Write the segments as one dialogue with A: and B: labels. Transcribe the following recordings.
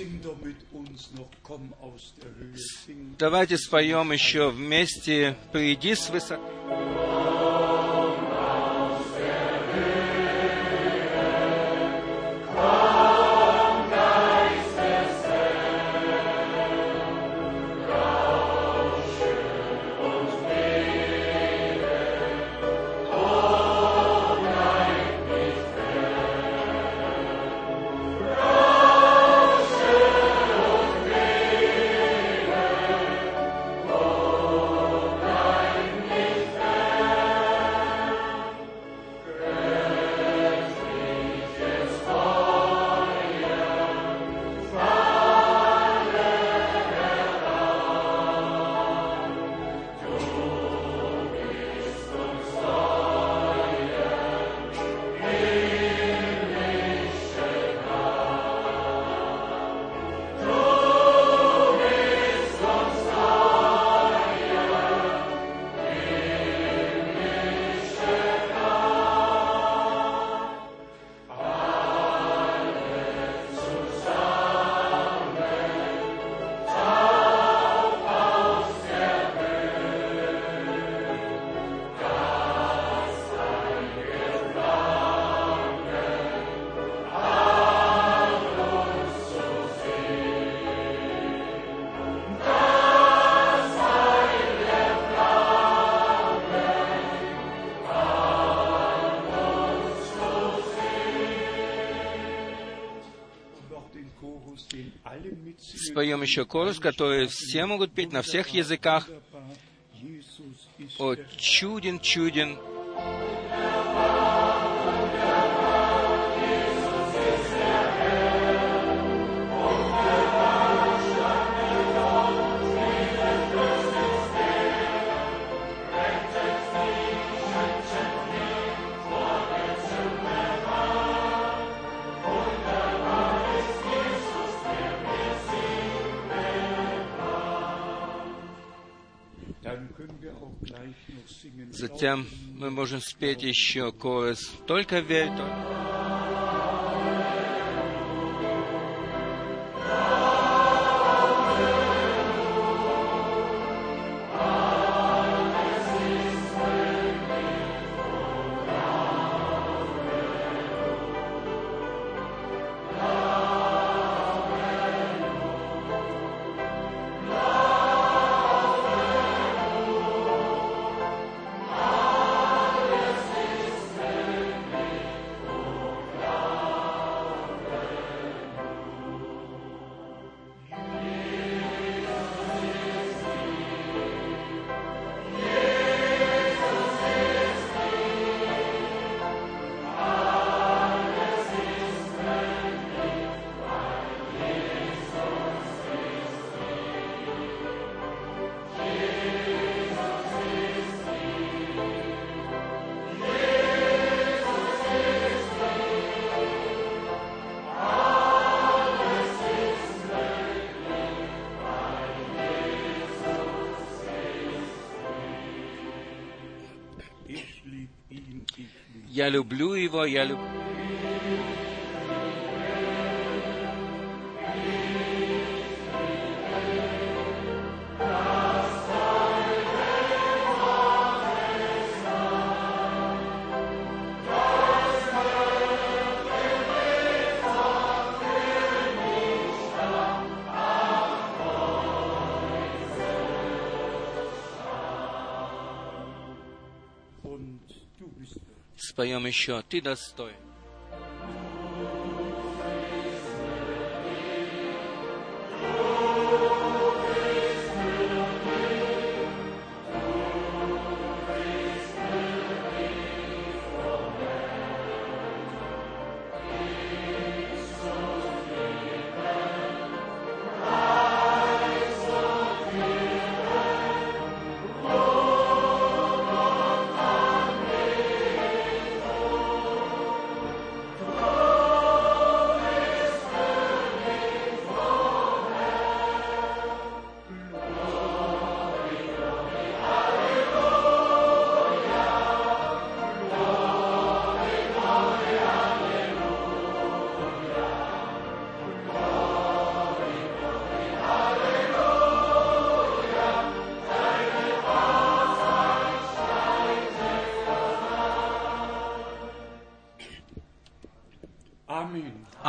A: Давайте споем еще вместе «Приди с высоты». Споем еще корус, который все могут петь на всех языках. О, чуден, чуден. Затем мы можем спеть еще корус «Только верь, только...» Я люблю его, я люблю. Споем еще «Ты достоин».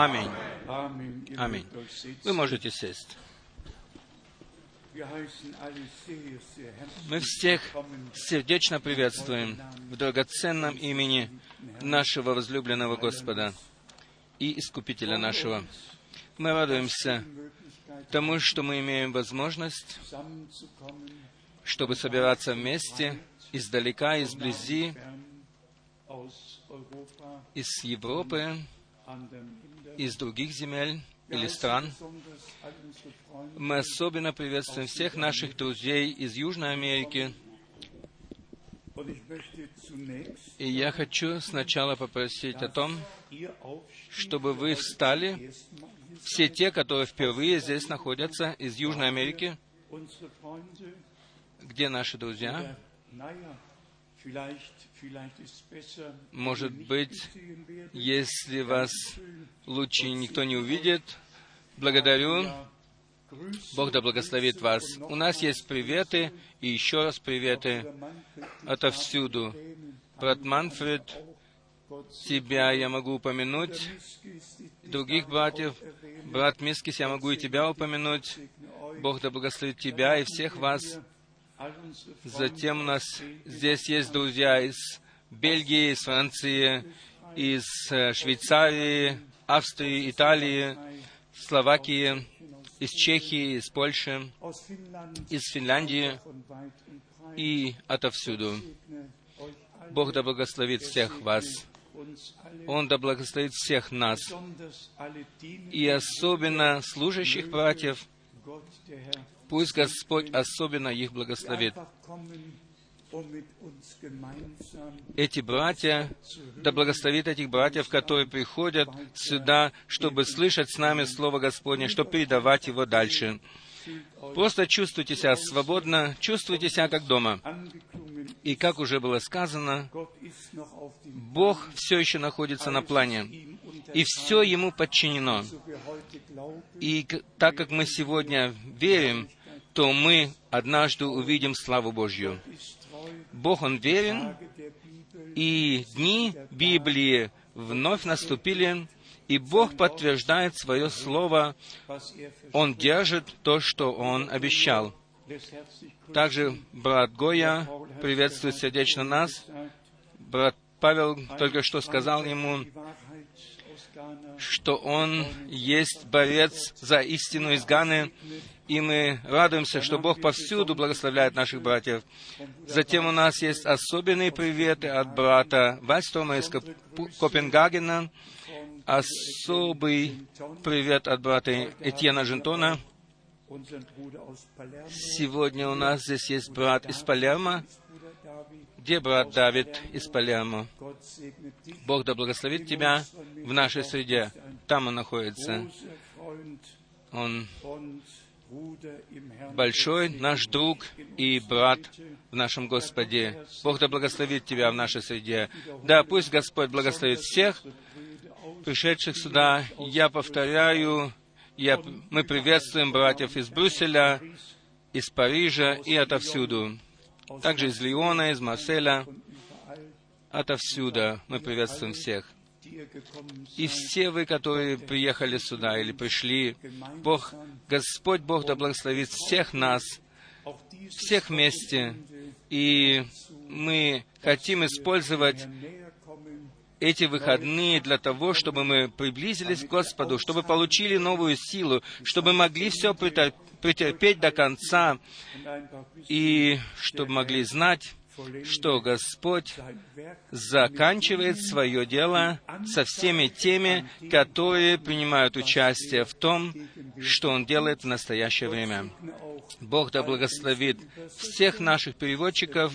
A: Аминь. Аминь. Вы можете сесть. Мы всех сердечно приветствуем в драгоценном имени нашего возлюбленного Господа и Искупителя нашего. Мы радуемся тому, что мы имеем возможность, чтобы собираться вместе издалека, изблизи, из Европы, из других земель или стран. Мы особенно приветствуем всех наших друзей из Южной Америки. И я хочу сначала попросить о том, чтобы вы встали, все те, которые впервые здесь находятся, из Южной Америки. Где наши друзья? Может быть, если вас лучше никто не увидит, благодарю. Бог да благословит вас. У нас есть приветы, и еще раз приветы отовсюду. Брат Манфред, тебя я могу упомянуть, других братьев. Брат Мискис, я могу и тебя упомянуть. Бог да благословит тебя и всех вас. Затем у нас здесь есть друзья из Бельгии, из Франции, из Швейцарии, Австрии, Италии, Словакии, из Чехии, из Польши, из Финляндии и отовсюду. Бог да благословит всех вас. Он да благословит всех нас, и особенно служащих братьев. Пусть Господь особенно их благословит. Эти братья, да благословит этих братьев, которые приходят сюда, чтобы слышать с нами Слово Господне, чтобы передавать его дальше. Просто чувствуйте себя свободно, чувствуйте себя как дома. И как уже было сказано, Бог все еще находится на плане, и все Ему подчинено. И так как мы сегодня верим, то мы однажды увидим славу Божью. Бог, Он верен, и дни Библии вновь наступили, и Бог подтверждает Свое Слово. Он держит то, что Он обещал. Также брат Гоя приветствует сердечно нас. Брат Павел только что сказал ему, что он есть борец за истину из Ганы, и мы радуемся, что Бог повсюду благословляет наших братьев. Затем у нас есть особенные приветы от брата Вальстрома из Копенгагена, особый привет от брата Этьена Жентона. Сегодня у нас здесь есть брат из Палермо. Где брат Давид из Палермо? Бог да благословит тебя в нашей среде. Там он находится. Он большой наш друг и брат в нашем Господе. Бог да благословит тебя в нашей среде. Да, пусть Господь благословит всех пришедших сюда. Я повторяю, мы приветствуем братьев из Брюсселя, из Парижа и отовсюду. Также из Лиона, из Марселя, отовсюду мы приветствуем всех. И все вы, которые приехали сюда или пришли, Господь Бог да благословит всех нас, всех вместе. И мы хотим использовать эти выходные для того, чтобы мы приблизились к Господу, чтобы получили новую силу, чтобы могли все претерпеть до конца, и чтобы могли знать, что Господь заканчивает свое дело со всеми теми, которые принимают участие в том, что Он делает в настоящее время. Бог да благословит всех наших переводчиков.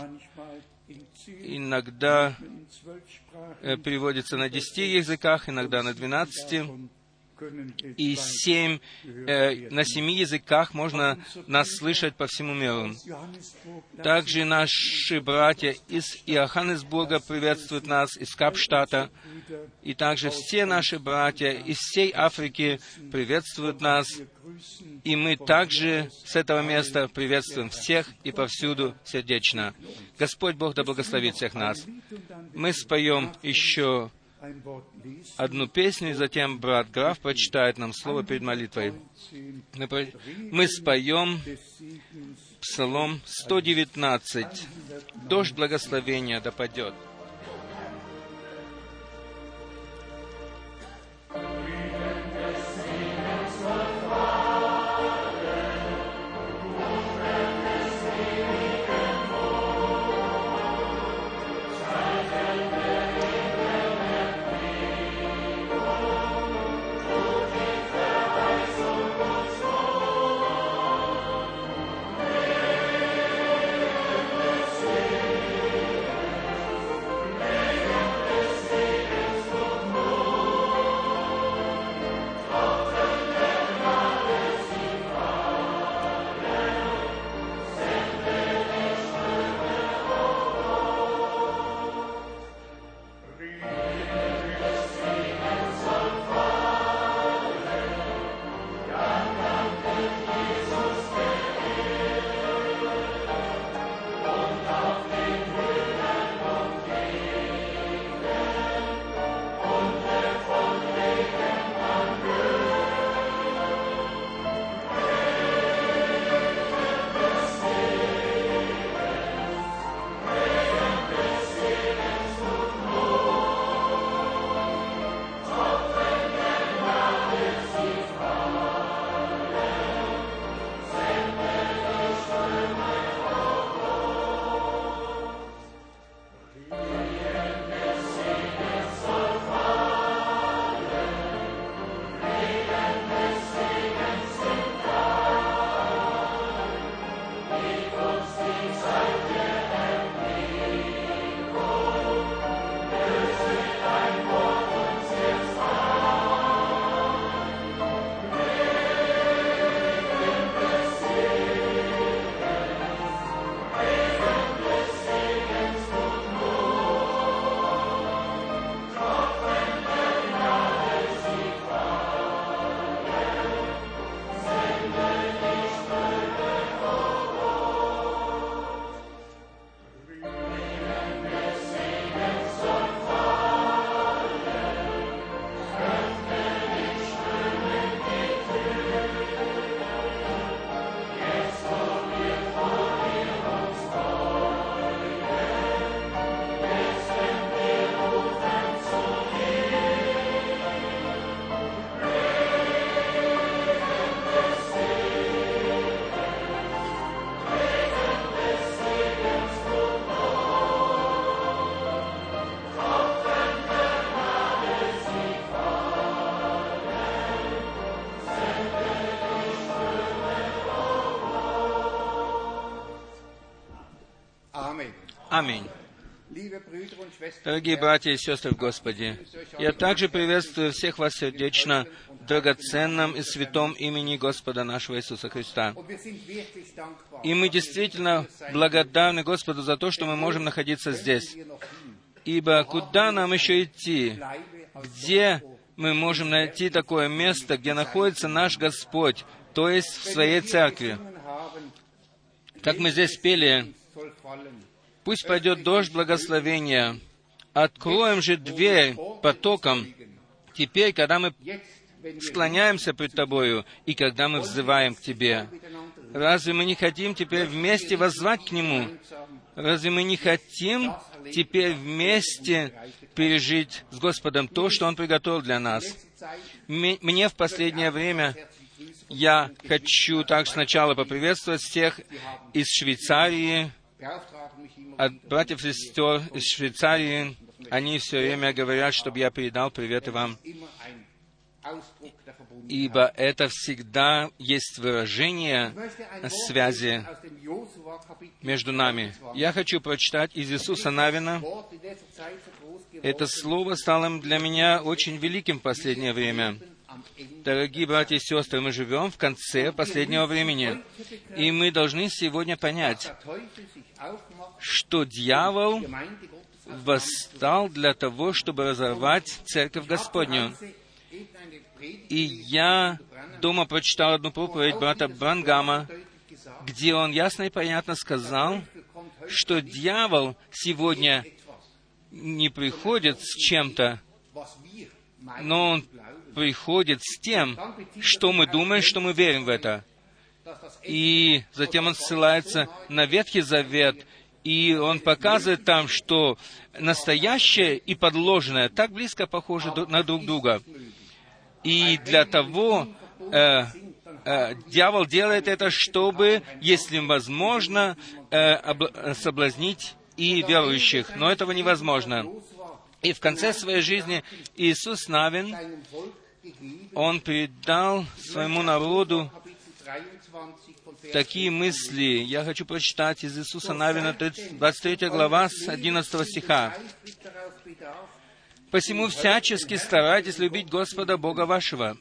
A: Иногда переводится на 10 языках, иногда на 12. И на 7 языках можно нас слышать по всему миру. Также наши братья из Иоханнесбурга приветствуют нас, из Капштата. И также все наши братья из всей Африки приветствуют нас. И мы также с этого места приветствуем всех и повсюду сердечно. Господь Бог да благословит всех нас. Мы споем еще одну песню, и затем брат Граф прочитает нам слово перед молитвой. Мы споем Псалом 119. «Дождь благословения да падет». Аминь. Дорогие братья и сестры в Господе, я также приветствую всех вас сердечно в драгоценном и святом имени Господа нашего Иисуса Христа. И мы действительно благодарны Господу за то, что мы можем находиться здесь. Ибо куда нам еще идти? Где мы можем найти такое место, где находится наш Господь, то есть в Своей Церкви? Как мы здесь пели, «Пусть пойдет дождь благословения, откроем же дверь потоком, теперь, когда мы склоняемся пред Тобою и когда мы взываем к Тебе». Разве мы не хотим теперь вместе воззвать к Нему? Разве мы не хотим теперь вместе пережить с Господом то, что Он приготовил для нас? Мне в последнее время я хочу так сначала поприветствовать всех из Швейцарии, от братьев и сестер из Швейцарии. Они все время говорят, чтобы я передал приветы вам, ибо это всегда есть выражение связи между нами. Я хочу прочитать из Иисуса Навина. Это слово стало для меня очень великим в последнее время. Дорогие братья и сестры, мы живем в конце последнего времени, и мы должны сегодня понять, что дьявол восстал для того, чтобы разорвать Церковь Господню. И я дома прочитал одну проповедь брата Бранхама, где он ясно и понятно сказал, что дьявол сегодня не приходит с чем-то, но он приходит с тем, что мы думаем, что мы верим в это. И затем он ссылается на Ветхий Завет, и он показывает там, что настоящее и подложное так близко похожи на друг друга. И для того дьявол делает это, чтобы, если возможно, соблазнить и верующих. Но этого невозможно. И в конце своей жизни Иисус Навин, он передал своему народу такие мысли. Я хочу прочитать из Иисуса Навина, 23 глава, с 11 стиха. «Посему всячески старайтесь любить Господа Бога вашего.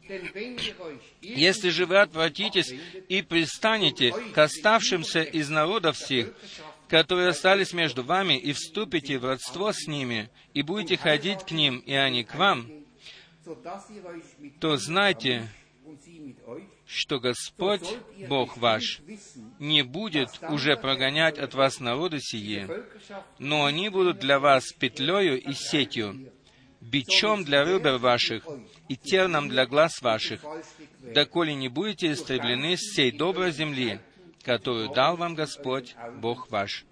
A: Если же вы отвратитесь и пристанете к оставшимся из народов сих, которые остались между вами, и вступите в родство с ними, и будете ходить к ним, и они к вам, то знайте, что Господь, Бог ваш, не будет уже прогонять от вас народы сии, но они будут для вас петлею и сетью, бичом для ребер ваших и терном для глаз ваших, доколе не будете истреблены с сей доброй земли, которую дал вам Господь, Бог ваш».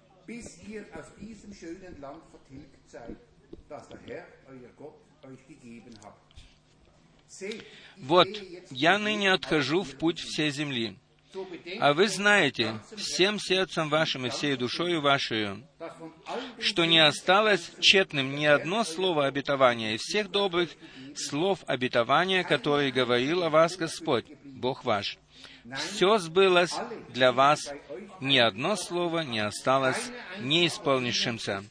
A: «Вот, я ныне отхожу в путь всей земли, а вы знаете всем сердцем вашим и всей душою вашей, что не осталось тщетным ни одно слово обетования из всех добрых слов обетования, которые говорил о вас Господь, Бог ваш. Все сбылось для вас, ни одно слово не осталось неисполнившимся».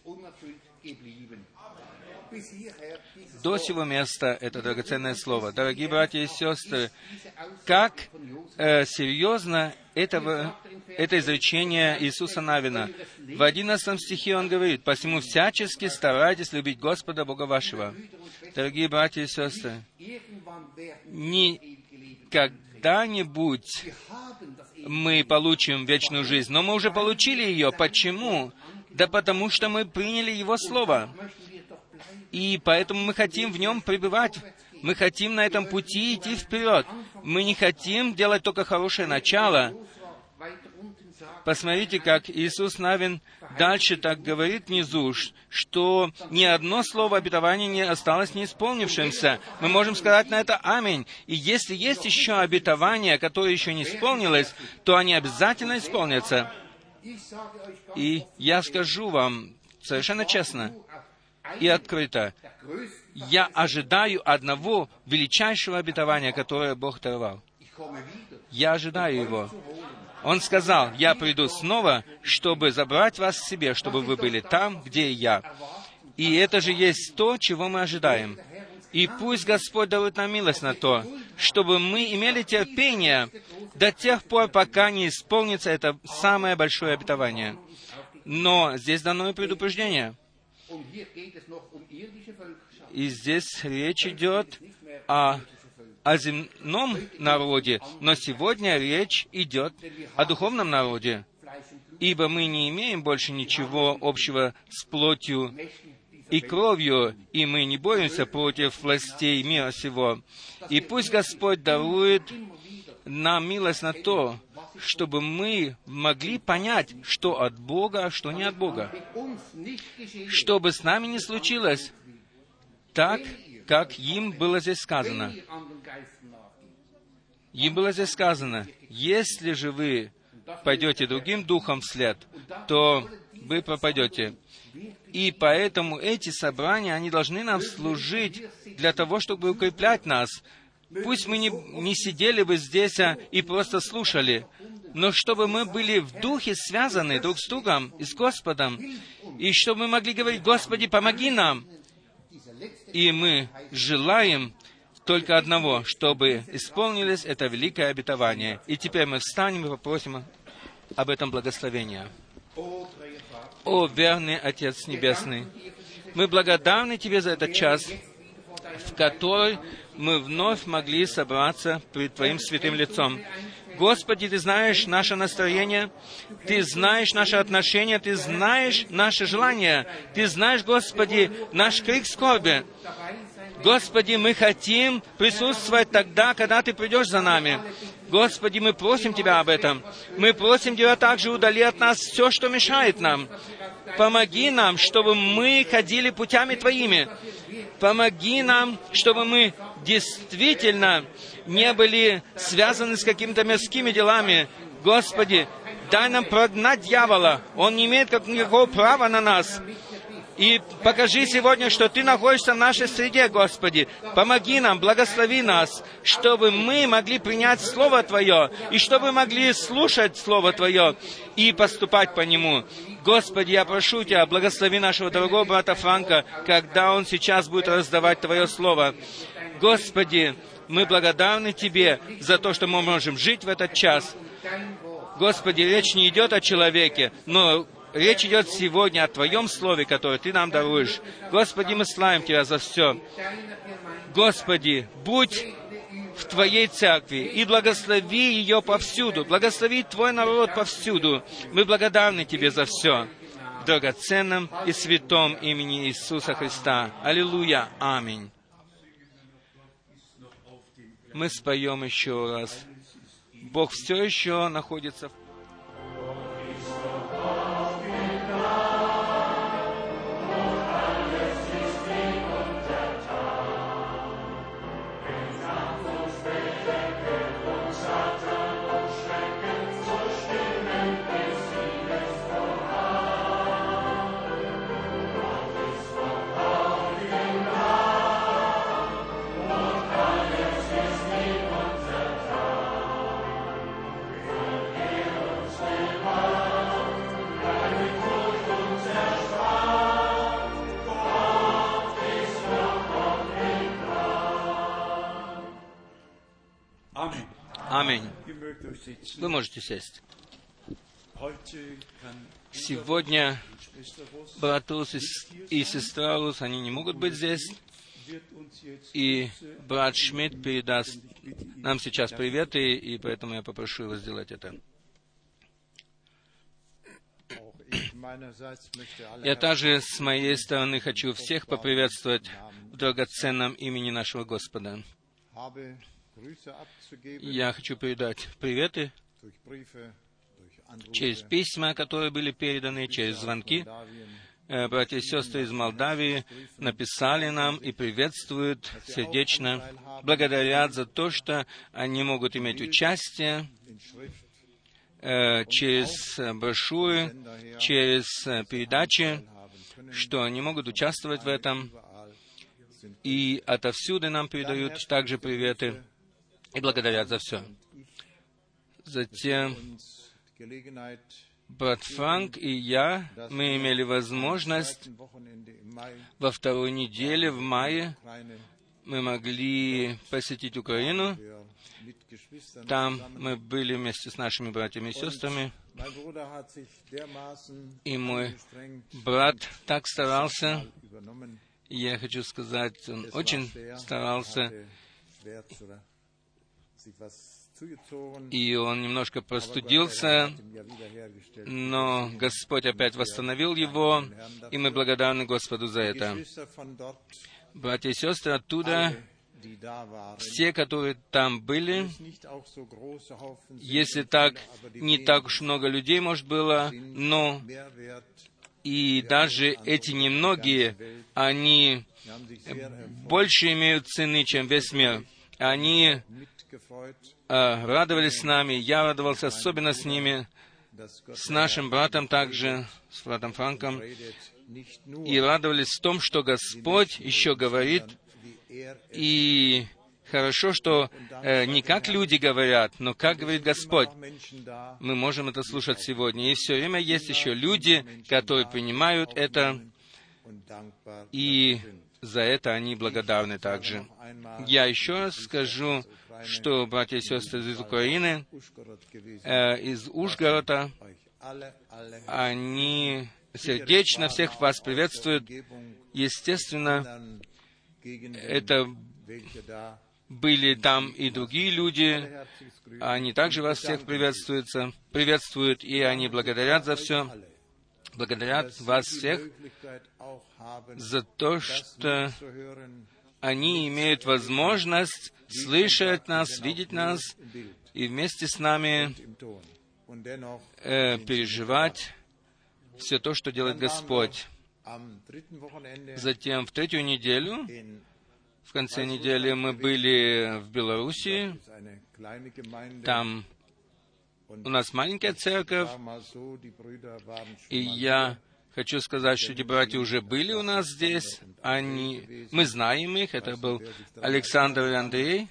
A: До сего места это драгоценное слово. Дорогие братья и сестры, как серьезно это изречение Иисуса Навина. В 11 стихе он говорит: «Посему всячески старайтесь любить Господа Бога вашего». Дорогие братья и сестры, не когда-нибудь мы получим вечную жизнь, но мы уже получили ее. Почему? Да потому что мы приняли Его Слово. И поэтому мы хотим в нем пребывать. Мы хотим на этом пути идти вперед. Мы не хотим делать только хорошее начало. Посмотрите, как Иисус Навин дальше так говорит внизу, что ни одно слово обетования не осталось неисполнившимся. Мы можем сказать на это «Аминь». И если есть еще обетование, которое еще не исполнилось, то они обязательно исполнятся. И я скажу вам совершенно честно и открыто, я ожидаю одного величайшего обетования, которое Бог даровал. Я ожидаю его. Он сказал: «Я приду снова, чтобы забрать вас к себе, чтобы вы были там, где и я». И это же есть то, чего мы ожидаем. И пусть Господь дает нам милость на то, чтобы мы имели терпение до тех пор, пока не исполнится это самое большое обетование. Но здесь дано и предупреждение. И здесь речь идет о земном народе, но сегодня речь идет о духовном народе, ибо мы не имеем больше ничего общего с плотью и кровью, и мы не боремся против властей мира сего. И пусть Господь дарует нам милость на то, чтобы мы могли понять, что от Бога, а что не от Бога. Чтобы с нами не случилось так, как им было здесь сказано. Им было здесь сказано: если же вы пойдете другим духом вслед, то вы пропадете. И поэтому эти собрания, они должны нам служить для того, чтобы укреплять нас. Пусть мы не сидели бы здесь и просто слушали, но чтобы мы были в духе связаны друг с другом и с Господом, и чтобы мы могли говорить: «Господи, помоги нам!» И мы желаем только одного, чтобы исполнилось это великое обетование. И теперь мы встанем и попросим об этом благословения. О, верный Отец Небесный, мы благодарны Тебе за этот час, в который мы вновь могли собраться пред Твоим святым лицом. Господи, Ты знаешь наше настроение, Ты знаешь наши отношения, Ты знаешь наши желания, Ты знаешь, Господи, наш крик скорби. Господи, мы хотим присутствовать тогда, когда Ты придешь за нами. Господи, мы просим Тебя об этом. Мы просим Тебя также удали от нас все, что мешает нам. Помоги нам, чтобы мы ходили путями Твоими. Помоги нам, чтобы мы действительно не были связаны с какими-то мирскими делами. Господи, дай нам прогнать дьявола. Он не имеет никакого права на нас. И покажи сегодня, что Ты находишься в нашей среде, Господи. Помоги нам, благослови нас, чтобы мы могли принять Слово Твое, и чтобы могли слушать Слово Твое и поступать по нему. Господи, я прошу Тебя, благослови нашего дорогого брата Франка, когда он сейчас будет раздавать Твое Слово. Господи, мы благодарны Тебе за то, что мы можем жить в этот час. Господи, речь не идет о человеке, но речь идет сегодня о Твоем Слове, которое Ты нам даруешь. Господи, мы славим Тебя за все. Господи, будь в Твоей церкви и благослови ее повсюду. Благослови Твой народ повсюду. Мы благодарны Тебе за все. В драгоценном и святом имени Иисуса Христа. Аллилуйя. Аминь. Мы споем еще раз. Бог все еще находится в Аминь. Вы можете сесть. Сегодня брат Рус и сестра Рус, они не могут быть здесь. И брат Шмидт передаст нам сейчас приветы, и поэтому я попрошу его сделать это. Я также с моей стороны хочу всех поприветствовать в драгоценном имени нашего Господа. Я хочу передать приветы через письма, которые были переданы, через звонки. Братья и сестры из Молдавии написали нам и приветствуют сердечно, благодарят за то, что они могут иметь участие через брошюры, через передачи, что они могут участвовать в этом. И отовсюду нам передают также приветы и благодарят за все. Затем брат Франк и я, мы имели возможность во второй неделе в мае, мы могли посетить Украину. Там мы были вместе с нашими братьями и сестрами. И мой брат так старался, я хочу сказать, он очень старался, и он немножко простудился, но Господь опять восстановил его, и мы благодарны Господу за это. Братья и сестры оттуда, все, которые там были, если так, не так уж много людей, может, было, но и даже эти немногие, они больше имеют цены, чем весь мир. Они радовались с нами, я радовался особенно с ними, с нашим братом также, с братом Франком, и радовались в том, что Господь еще говорит, и хорошо, что не как люди говорят, но как говорит Господь. Мы можем это слушать сегодня. И все время есть еще люди, которые принимают это, и за это они благодарны также. Я еще раз скажу, что братья и сестры из Украины, из Ужгорода, они сердечно всех вас приветствуют. Естественно, это были там и другие люди, они также вас всех приветствуют, и они благодарят за все, благодарят вас всех за то, что они имеют возможность слышать нас, видеть нас и вместе с нами переживать все то, что делает Господь. Затем в третью неделю, в конце недели, мы были в Белоруссии. Там у нас маленькая церковь, и я хочу сказать, что эти братья уже были у нас здесь. Мы знаем их. Это был Александр и Андрей.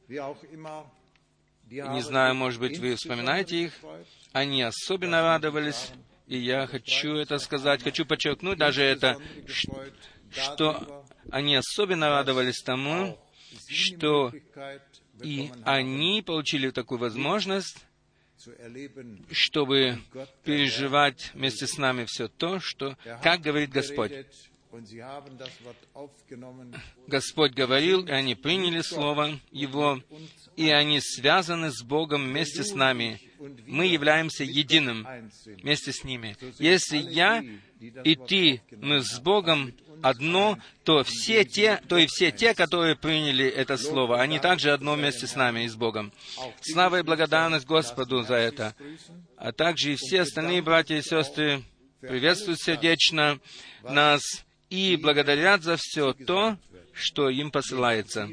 A: Не знаю, может быть, вы вспоминаете их. Они особенно радовались. И я хочу это сказать, хочу подчеркнуть даже это, что они особенно радовались тому, что и они получили такую возможность, чтобы переживать вместе с нами все то, что, как говорит Господь. Господь говорил, и они приняли Слово Его, и они связаны с Богом вместе с нами. Мы являемся единым вместе с ними. Если я и ты, мы с Богом одно, то и все те, которые приняли это Слово, они также одно вместе с нами и с Богом. Слава и благодарность Господу за это. А также и все остальные братья и сестры приветствуют сердечно нас и благодарят за все то, что им посылается.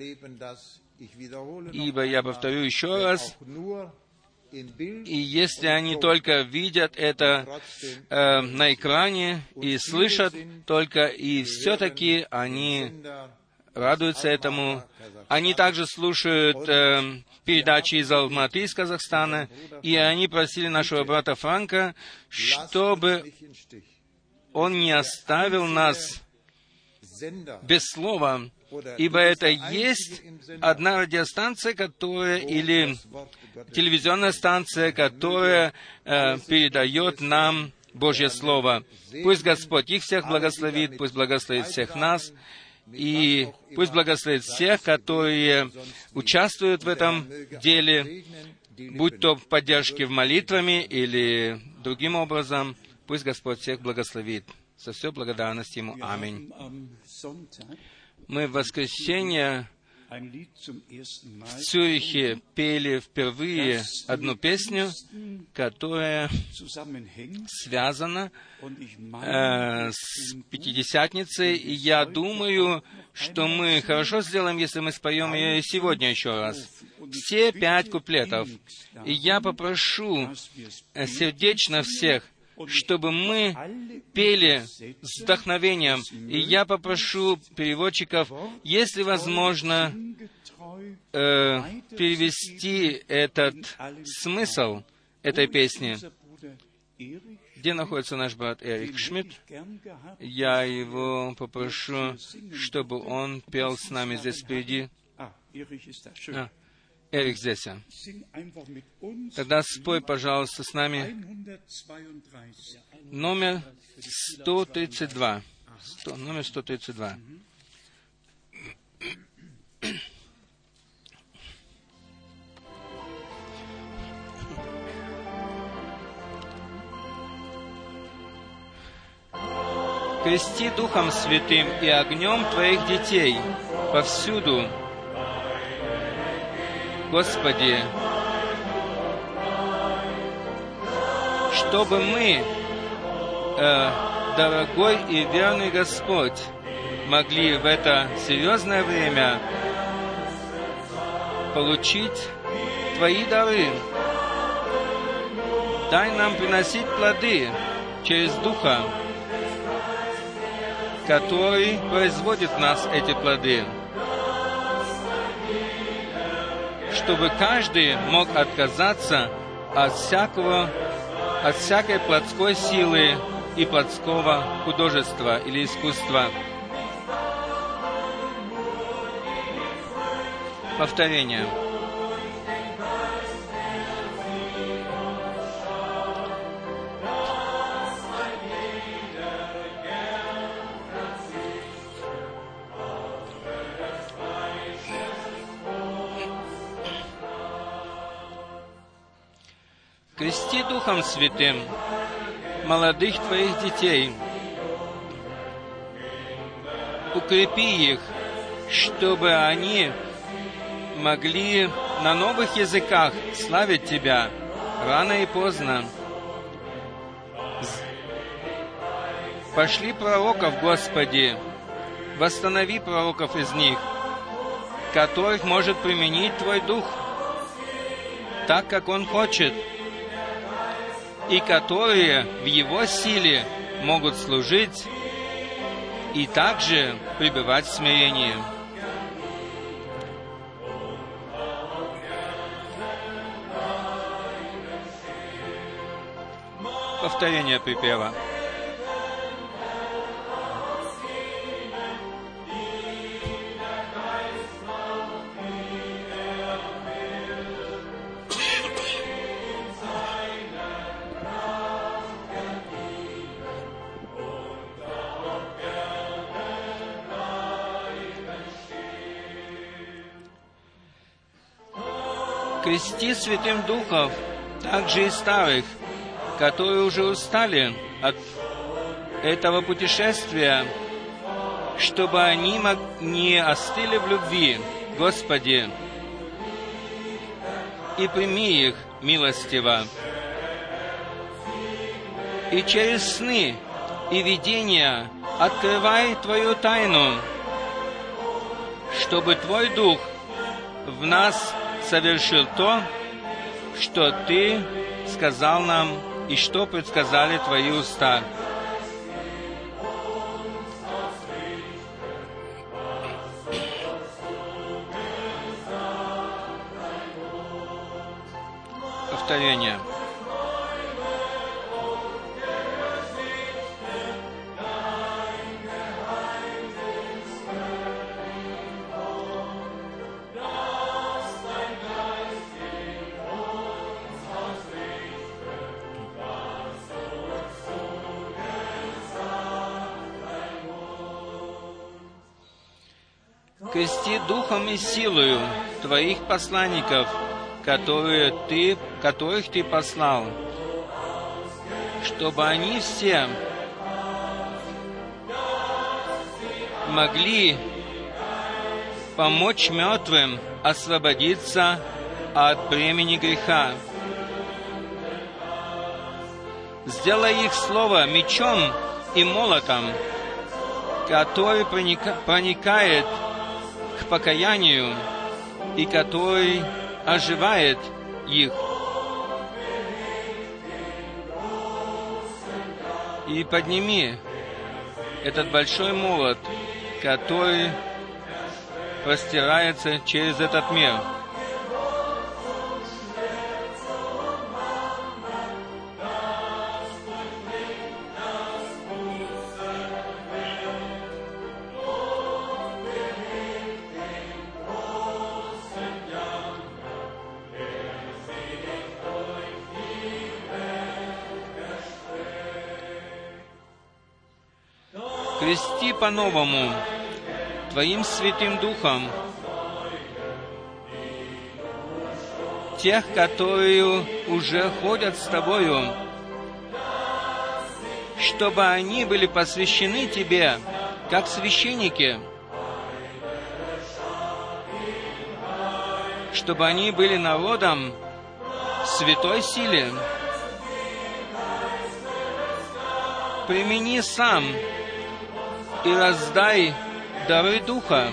A: Ибо, я повторю еще раз, и если они только видят это на экране и слышат только, и все-таки они радуются этому. Они также слушают передачи из Алматы, из Казахстана, и они просили нашего брата Франка, чтобы он не оставил нас без слова, ибо это есть одна радиостанция, или телевизионная станция, которая передает нам Божье Слово. Пусть Господь их всех благословит, пусть благословит всех нас, и пусть благословит всех, которые участвуют в этом деле, будь то в поддержке в молитвами или другим образом. Пусть Господь всех благословит. За все благодарность Ему. Аминь. Мы в воскресенье в Цюрихе пели впервые одну песню, которая связана с Пятидесятницей, и я думаю, что мы хорошо сделаем, если мы споем ее сегодня еще раз. Все 5 куплетов. И я попрошу сердечно всех, чтобы мы пели с вдохновением. И я попрошу переводчиков, если возможно, перевести этот смысл этой песни. Где находится наш брат Эрик Шмидт? Я его попрошу, чтобы он пел с нами здесь впереди. Эрик здесь. Тогда спой, пожалуйста, с нами номер 132. Номер 132. Крести Духом Святым и огнем Твоих детей повсюду, Господи, чтобы мы, дорогой и верный Господь, могли в это серьезное время получить Твои дары. Дай нам приносить плоды через Духа, который производит в нас эти плоды, чтобы каждый мог отказаться от всякой плотской силы и плотского художества или искусства. Повторение. Крести Духом Святым молодых Твоих детей, укрепи их чтобы они могли на новых языках славить Тебя рано и поздно. Пошли пророков, Господи, восстанови пророков из них, которых может применить Твой Дух, так, как Он хочет, и которые в Его силе могут служить и также пребывать в смирении. Повторение припева. Крести Святым Духом также и старых, которые уже устали от этого путешествия, чтобы они не остыли в любви, Господи, и прими их милостиво. И через сны и видения открывай Твою тайну, чтобы Твой Дух в нас совершил то, что Ты сказал нам и что предсказали Твои уста. Повторение. Крести Духом и силою Твоих посланников, которых Ты послал, чтобы они все могли помочь мертвым освободиться от бремени греха. Сделай их слово мечом и молотом, который проникает к покаянию и который оживает их. И подними этот большой молот, который простирается через этот мир. Крести по-новому Твоим Святым Духом тех, которые уже ходят с Тобою, чтобы они были посвящены Тебе, как священники, чтобы они были народом в святой силе. Примени сам и раздай дары Духа,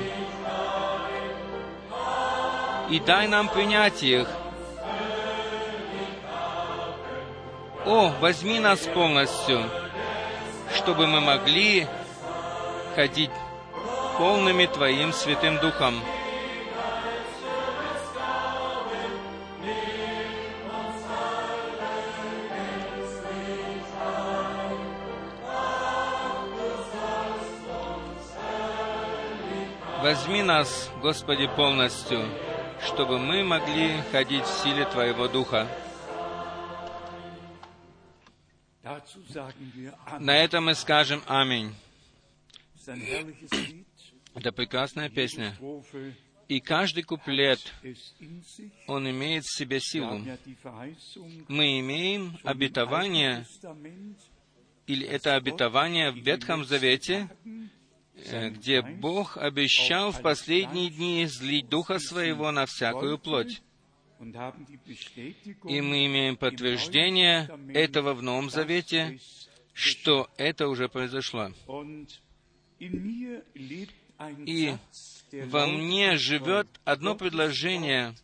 A: и дай нам принять их. О, возьми нас полностью, чтобы мы могли ходить полными Твоим Святым Духом. Возьми нас, Господи, полностью, чтобы мы могли ходить в силе Твоего Духа. На этом мы скажем «Аминь». Это прекрасная песня. И каждый куплет, он имеет в себе силу. Мы имеем обетование, или это обетование в Ветхом Завете, где Бог обещал в последние дни излить Духа Своего на всякую плоть. И мы имеем подтверждение этого в Новом Завете, что это уже произошло. И во мне живет одно предложение,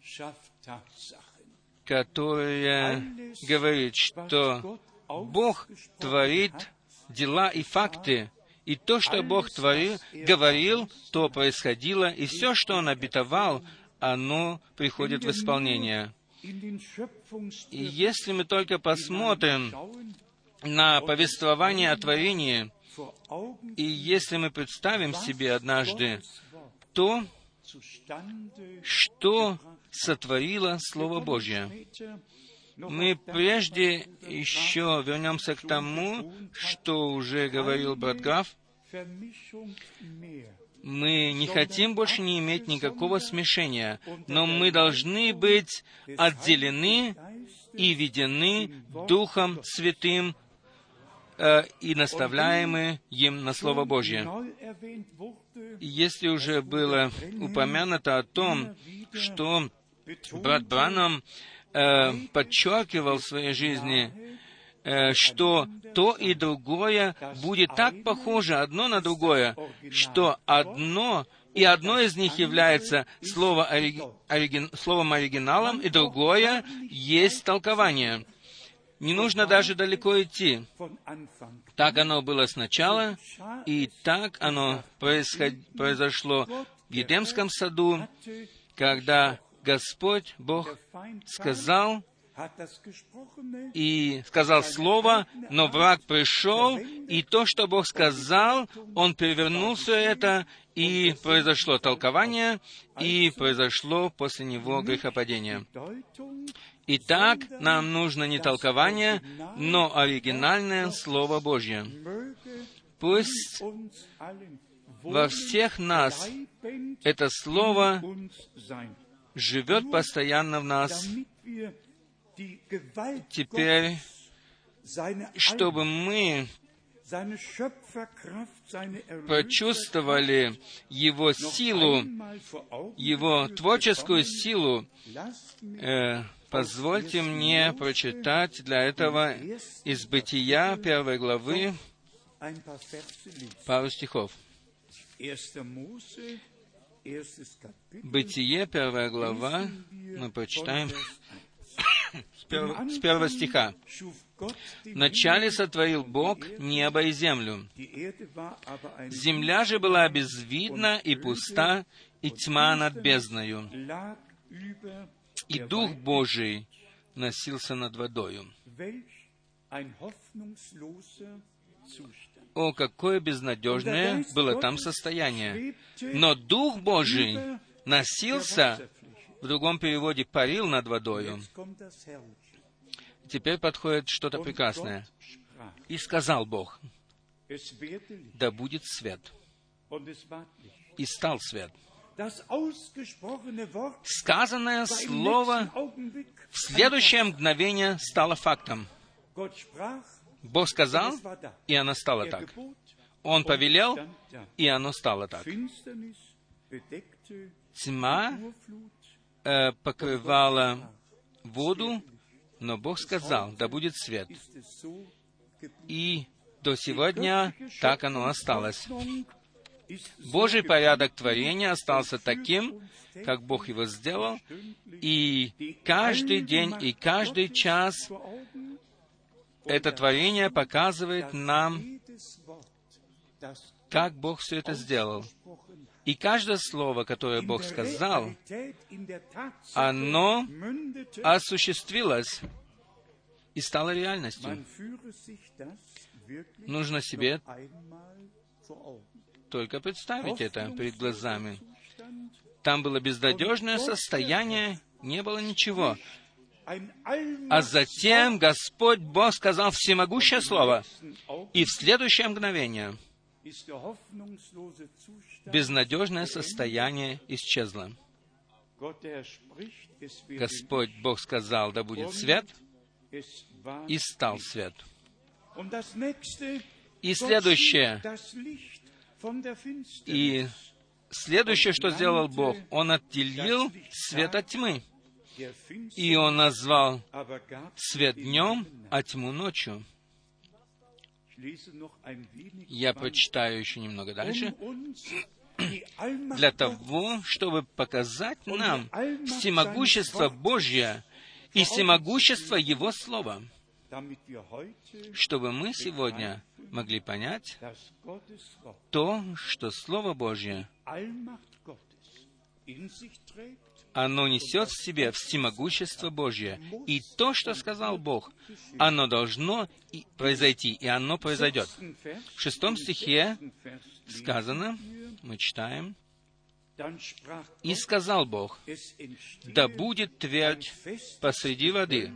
A: которое говорит, что Бог творит дела и факты, и то, что Бог говорил, то происходило, и все, что Он обетовал, оно приходит в исполнение. И если мы только посмотрим на повествование о творении, и если мы представим себе однажды то, что сотворило Слово Божье, мы прежде еще вернемся к тому, что уже говорил брат Граф. Мы не хотим больше не иметь никакого смешения, но мы должны быть отделены и ведены Духом Святым и наставляемы им на Слово Божье. Если уже было упомянуто о том, что брат Бранхам подчеркивал в своей жизни, что то и другое будет так похоже одно на другое, что одно из них является словом оригиналом, и другое есть толкование. Не нужно даже далеко идти. Так оно было сначала, и так оно произошло в Едемском саду, когда Господь, Бог, сказал слово, но враг пришел, и то, что Бог сказал, Он перевернул все это, и произошло толкование, и произошло после него грехопадение. Итак, нам нужно не толкование, но оригинальное Слово Божье. Пусть во всех нас это Слово живет постоянно в нас. Теперь, чтобы мы почувствовали Его силу, Его творческую силу, позвольте мне прочитать для этого из Бытия 1 главы пару стихов. Бытие, 1 глава, мы прочитаем с 1 стиха. «Вначале сотворил Бог небо и землю. Земля же была безвидна и пуста, и тьма над бездною. И Дух Божий носился над водою». О, какое безнадежное было там состояние! Но Дух Божий носился, в другом переводе, парил над водою. Теперь подходит что-то прекрасное. «И сказал Бог, да будет свет. И стал свет». Сказанное слово в следующее мгновение стало фактом. Бог сказал, и оно стало так. Он повелел, и оно стало так. Тьма покрывала воду, но Бог сказал, да будет свет. И до сегодня так оно осталось. Божий порядок творения остался таким, как Бог его сделал, и каждый день и каждый час это творение показывает нам, как Бог все это сделал. И каждое слово, которое Бог сказал, оно осуществилось и стало реальностью. Нужно себе только представить это перед глазами. Там было безнадежное состояние, не было ничего. А затем Господь Бог сказал всемогущее слово, и в следующее мгновение безнадежное состояние исчезло. Господь Бог сказал, да будет свет, и стал свет. И следующее, И следующее, что сделал Бог, Он отделил свет от тьмы. И Он назвал свет днем, а тьму ночью. Я прочитаю еще немного дальше. Для того, чтобы показать нам всемогущество Божье и всемогущество Его Слова, чтобы мы сегодня могли понять то, что Слово Божье, оно несет в себе всемогущество Божье. И то, что сказал Бог, оно должно произойти, и оно произойдет. В 6 стихе сказано, мы читаем, «И сказал Бог, да будет твердь посреди воды,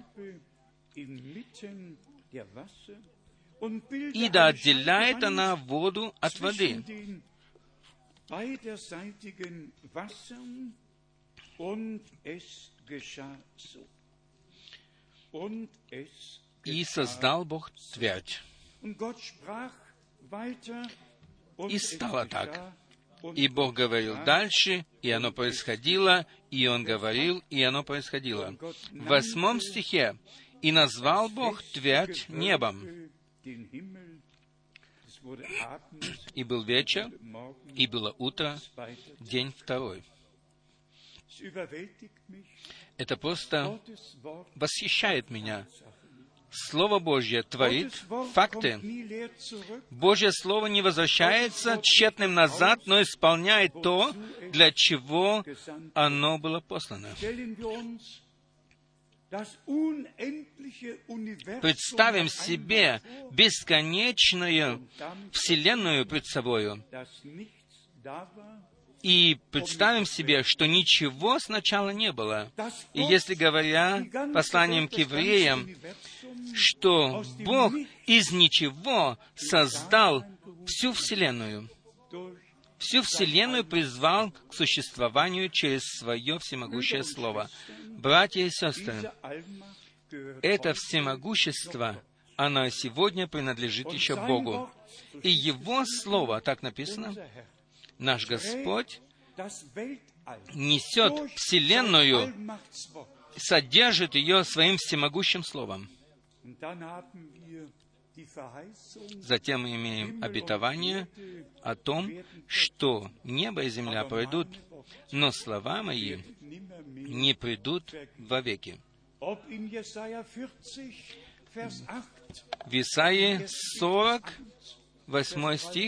A: и да отделяет она воду от воды». И создал Бог твердь. И стало так. И Бог говорил дальше, и оно происходило, и Он говорил, и оно происходило. В 8 стихе, «И назвал Бог твердь небом. И был вечер, и было утро, день второй». Это просто восхищает меня. Слово Божье творит факты. Божье Слово не возвращается тщетным назад, но исполняет то, для чего оно было послано. Представим себе бесконечную Вселенную пред собою, и представим себе, что ничего сначала не было. И если говоря посланием к евреям, что Бог из ничего создал всю Вселенную, всю Вселенную призвал к существованию через Свое всемогущее Слово. Братья и сестры, это всемогущество, оно сегодня принадлежит еще Богу. И Его Слово, так написано, наш Господь несет Вселенную, содержит ее Своим всемогущим Словом. Затем мы имеем обетование о том, что небо и земля пройдут, но слова мои не придут вовеки. В Исаии 40, 8 стих,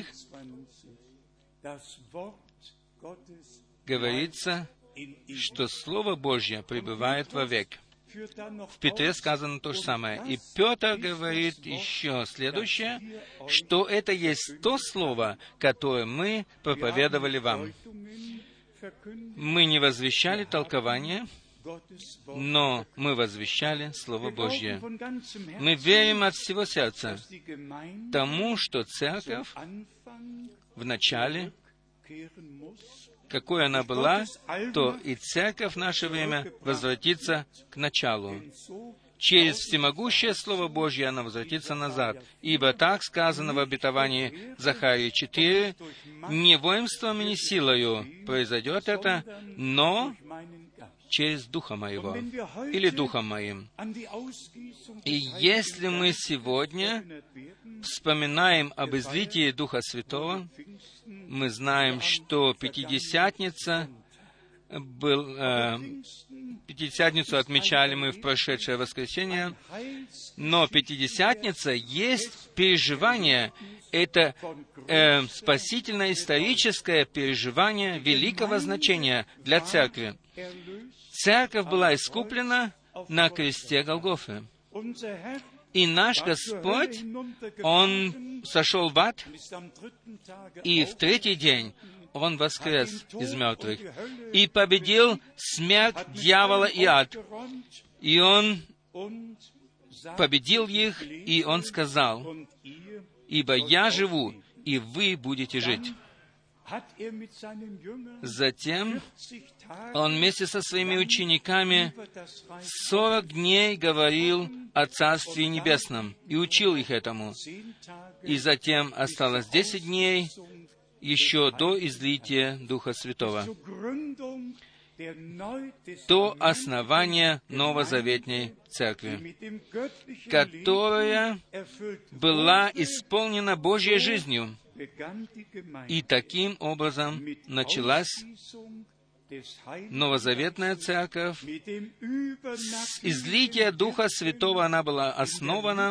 A: говорится, что Слово Божье пребывает вовек. В Петре сказано то же самое. И Петр говорит еще следующее, что это есть то Слово, которое мы проповедовали вам. Мы не возвещали толкование, но мы возвещали Слово Божье. Мы верим от всего сердца тому, что Церковь в начале, какой она была, то и Церковь в наше время возвратится к началу. Через всемогущее Слово Божье она возвратится назад. Ибо так сказано в обетовании Захарии 4, «Не воинством и не силою произойдет это, но через Духа Моего» или Духом Моим. И если мы сегодня вспоминаем об излитии Духа Святого, мы знаем, что Пятидесятницу отмечали мы в прошедшее воскресенье, но Пятидесятница есть переживание, это спасительное историческое переживание великого значения для Церкви. Церковь была искуплена на кресте Голгофы. И наш Господь, Он сошел в ад, и в третий день Он воскрес из мертвых и победил смерть, дьявола и ад. И Он победил их, и Он сказал, «Ибо я живу, и вы будете жить». Затем Он вместе со Своими учениками 40 дней говорил о Царстве Небесном и учил их этому. И затем осталось 10 дней еще до излития Духа Святого, до основания Новозаветной Церкви, которая была исполнена Божьей жизнью. И таким образом началась Новозаветная Церковь. С излития Духа Святого она была основана,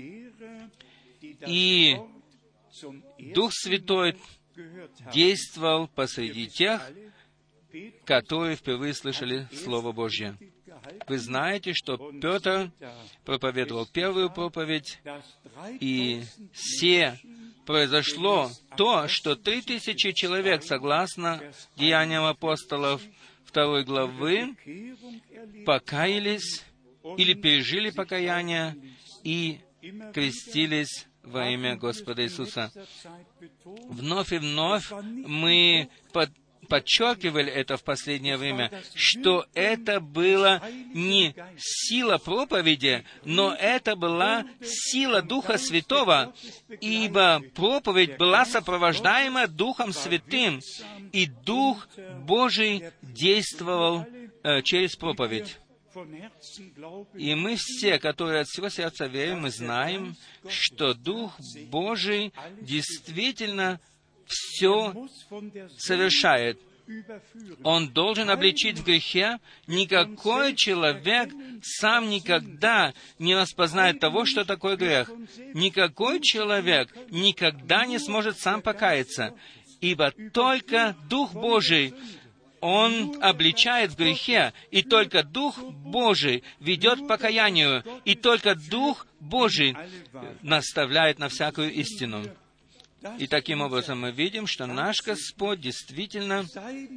A: и Дух Святой действовал посреди тех, которые впервые слышали Слово Божье. Вы знаете, что Петр проповедовал первую проповедь, и произошло то, что 3000 человек, согласно Деяниям апостолов 2 главы, покаялись или пережили покаяние и крестились во имя Господа Иисуса. Вновь и вновь мы подчеркивали это в последнее время, что это была не сила проповеди, но это была сила Духа Святого, ибо проповедь была сопровождаема Духом Святым, и Дух Божий действовал через проповедь. И мы все, которые от всего сердца верим, мы знаем, что Дух Божий действительно все совершает. Он должен обличить в грехе. Никакой человек сам никогда не распознает того, что такое грех. Никакой человек никогда не сможет сам покаяться, ибо только Дух Божий, Он обличает в грехе, и только Дух Божий ведет к покаянию, и только Дух Божий наставляет на всякую истину. И таким образом мы видим, что наш Господь действительно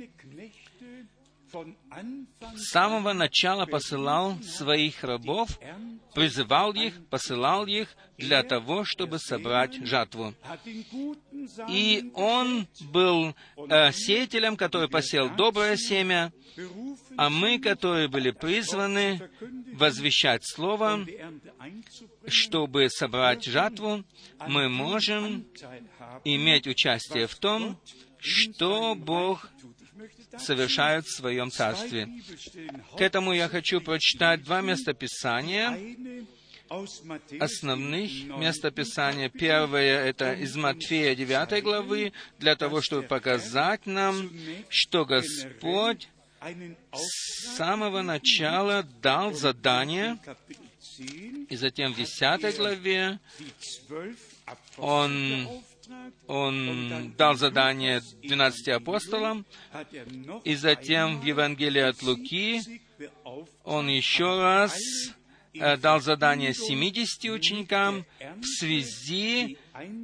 A: с самого начала посылал своих рабов, призывал их, посылал их для того, чтобы собрать жатву. И Он был сеятелем, который посеял доброе семя, а мы, которые были призваны возвещать Слово, чтобы собрать жатву, мы можем иметь участие в том, что Бог совершает в Своем Царстве. К этому я хочу прочитать два местописания, основных местописания. Первое — это из Матфея 9 главы, для того, чтобы показать нам, что Господь с самого начала дал задание, и затем в 10 главе Он дал задание 12 апостолам, и затем в Евангелии от Луки Он еще раз дал задание 70 ученикам в связи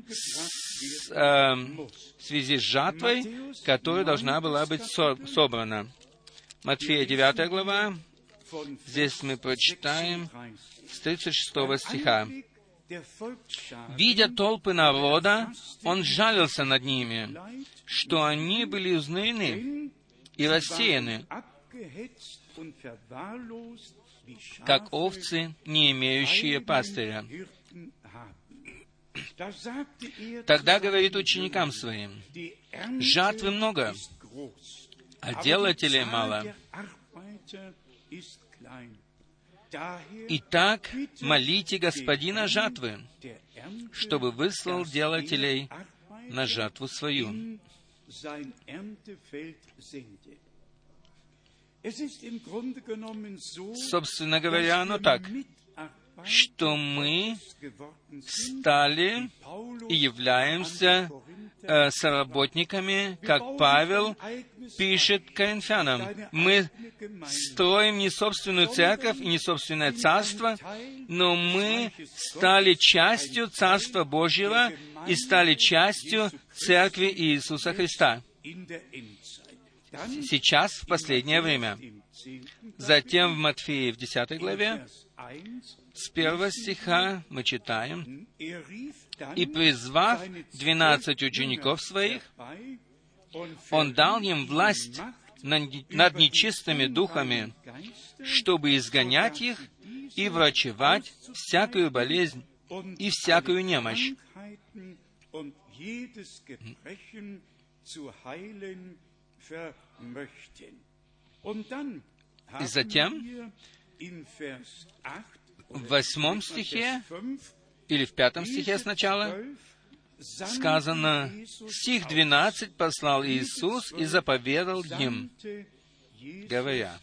A: с жатвой, которая должна была быть собрана. Матфея 9 глава, здесь мы прочитаем с 36 стиха. «Видя толпы народа, Он жалился над ними, что они были изнурены и рассеяны, как овцы, не имеющие пастыря. Тогда говорит ученикам Своим: жатвы много, а делателей мало. Итак, молите Господина жатвы, чтобы выслал делателей на жатву свою». Собственно говоря, оно так, что мы стали и являемся соработниками, как Павел пишет Коринфянам. Мы строим не собственную церковь и не собственное царство, но мы стали частью Царства Божьего и стали частью Церкви Иисуса Христа. Сейчас, в последнее время. Затем в Матфея в 10 главе, с 1 стиха мы читаем: «И призвав 12 учеников Своих, Он дал им власть над нечистыми духами, чтобы изгонять их и врачевать всякую болезнь и всякую немощь. И затем в 8 стихе, или в 5 стихе сначала, сказано, стих 12 послал Иисус и заповедал им, говоря,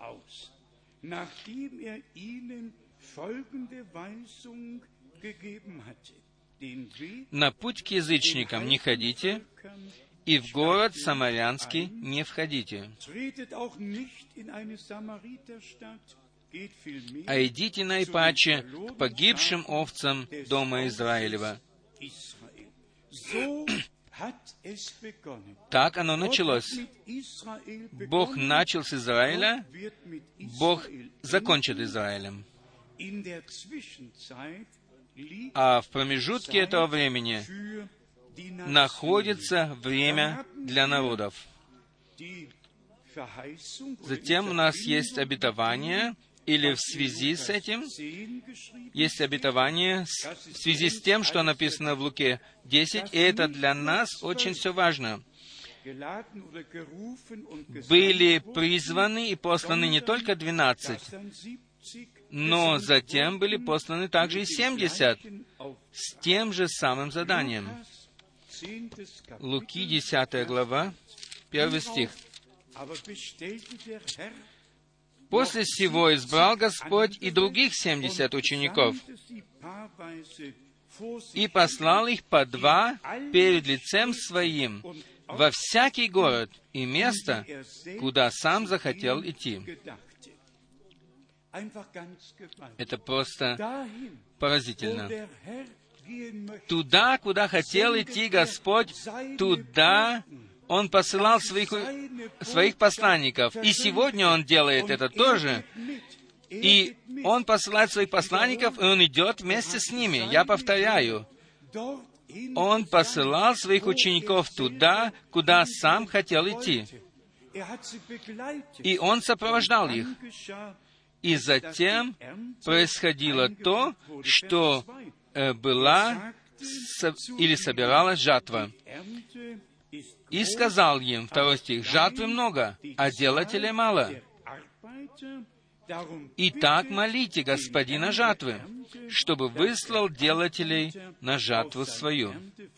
A: на путь к язычникам не ходите, и в город Самарянский не входите, а идите наипаче к погибшим овцам дома Израилева. Так оно началось. Бог начал с Израиля, Бог закончит Израилем. А в промежутке этого времени находится время для народов. Затем у нас есть обетование, или в связи с этим есть обетование, в связи с тем, что написано в Луке 10, и это для нас очень все важно. Были призваны и посланы не только 12, но затем были посланы также и 70 с тем же самым заданием. Луки 10 глава, 1 стих. «После сего избрал Господь и других 70 учеников, и послал их по 2 перед лицем Своим во всякий город и место, куда сам захотел идти». Это просто поразительно. Туда, куда хотел идти Господь, туда Он посылал своих посланников. И сегодня Он делает это тоже. И Он посылает своих посланников, и Он идет вместе с ними. Я повторяю, Он посылал своих учеников туда, куда Сам хотел идти. И Он сопровождал их. И затем происходило то, что была или собиралась жатва. И сказал им, 2 стих, «Жатвы много, а делателей мало. Итак, молите Господина жатвы, чтобы выслал делателей на жатву свою».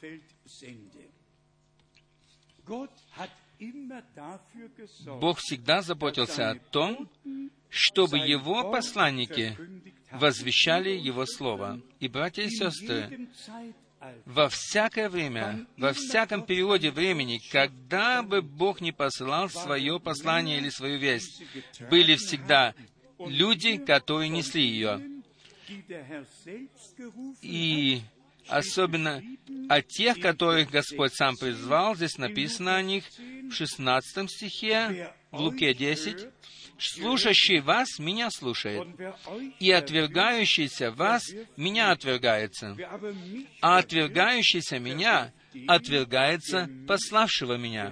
A: Бог всегда заботился о том, чтобы Его посланники возвещали Его Слово. И, братья и сестры, во всякое время, во всяком периоде времени, когда бы Бог не посылал свое послание или свою весть, были всегда люди, которые несли ее. И особенно о тех, которых Господь Сам призвал, здесь написано о них в 16 стихе, в Луке 10, «Слушающий вас, меня слушает, и отвергающийся вас, меня отвергается, а отвергающийся меня, отвергается пославшего меня».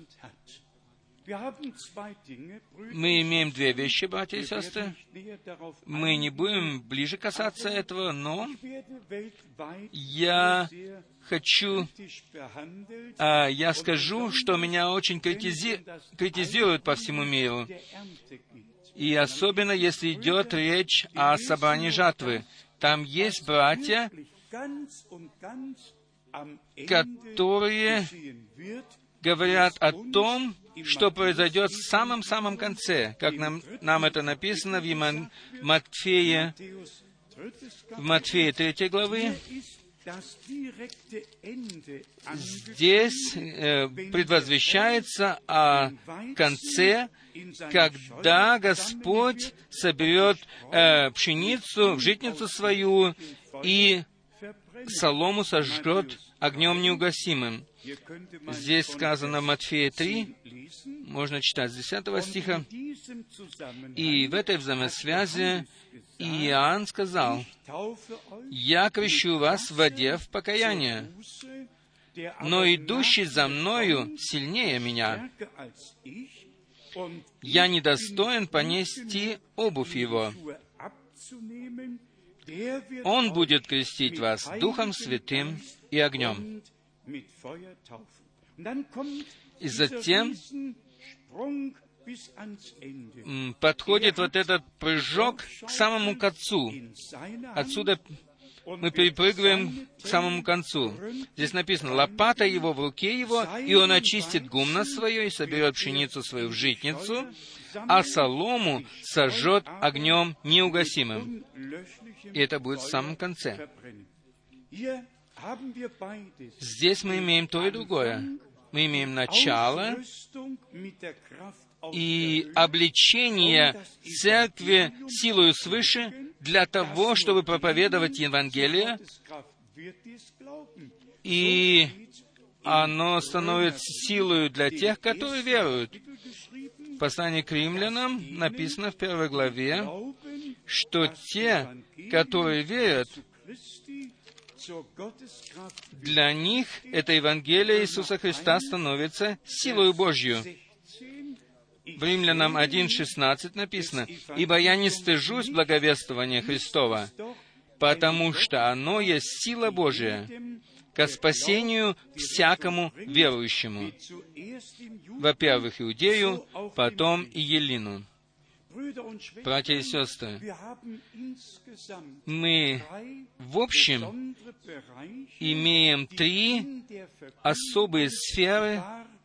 A: Мы имеем 2 вещи, братья и сестры. Мы не будем ближе касаться этого, но я скажу, что меня очень критизируют по всему миру. И особенно, если идет речь о собрании жатвы. Там есть братья, которые говорят о том, что произойдет в самом-самом конце, как нам это написано в Матфея 3 главы. Здесь предвозвещается о конце, когда Господь соберет пшеницу в житницу свою и солому сожжет огнем неугасимым. Здесь сказано в Матфея 3, можно читать с 10 стиха. И в этой взаимосвязи Иоанн сказал, «Я крещу вас в воде в покаяние, но идущий за мною сильнее меня. Я недостоин понести обувь его. Он будет крестить вас Духом Святым и огнем». И затем подходит вот этот прыжок к самому концу. Отсюда мы перепрыгиваем к самому концу. Здесь написано: «Лопата его в руке его, и он очистит гумно свое, и соберет пшеницу свою в житницу, а солому сожжет огнем неугасимым». И это будет в самом конце. Здесь мы имеем то и другое. Мы имеем начало и обличение церкви силою свыше для того, чтобы проповедовать Евангелие, и оно становится силою для тех, которые веруют. В послании к римлянам написано в 1 главе, что те, которые верят, для них это Евангелие Иисуса Христа становится силою Божью. В Римлянам 1:16 написано: «Ибо я не стыжусь благовествования Христова, потому что оно есть сила Божия ко спасению всякому верующему, во-первых, иудею, потом и еллину». Братья и сестры, мы в общем имеем 3 особые сферы,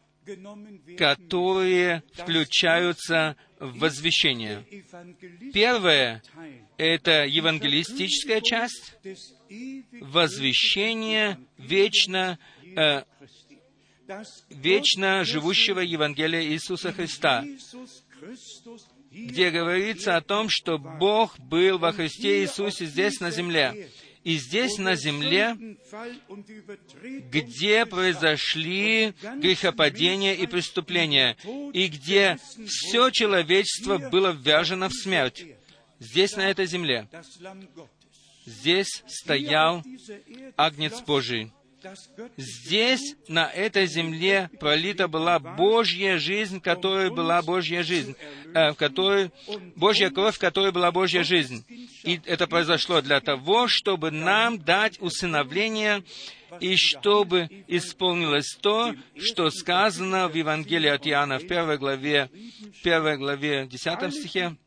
A: которые включаются в возвещение. Первое — это евангелистическая часть, возвещение вечно живущего Евангелия Иисуса Христа, где говорится о том, что Бог был во Христе Иисусе здесь на земле. И здесь на земле, где произошли грехопадения и преступления, и где все человечество было ввержено в смерть. Здесь, на этой земле, здесь стоял Агнец Божий. Здесь, на этой земле, пролита была Божья жизнь, которая была Божья жизнь, Божья кровь, которая была Божья жизнь. И это произошло для того, чтобы нам дать усыновление, и чтобы исполнилось то, что сказано в Евангелии от Иоанна в 1 главе 10 стихе.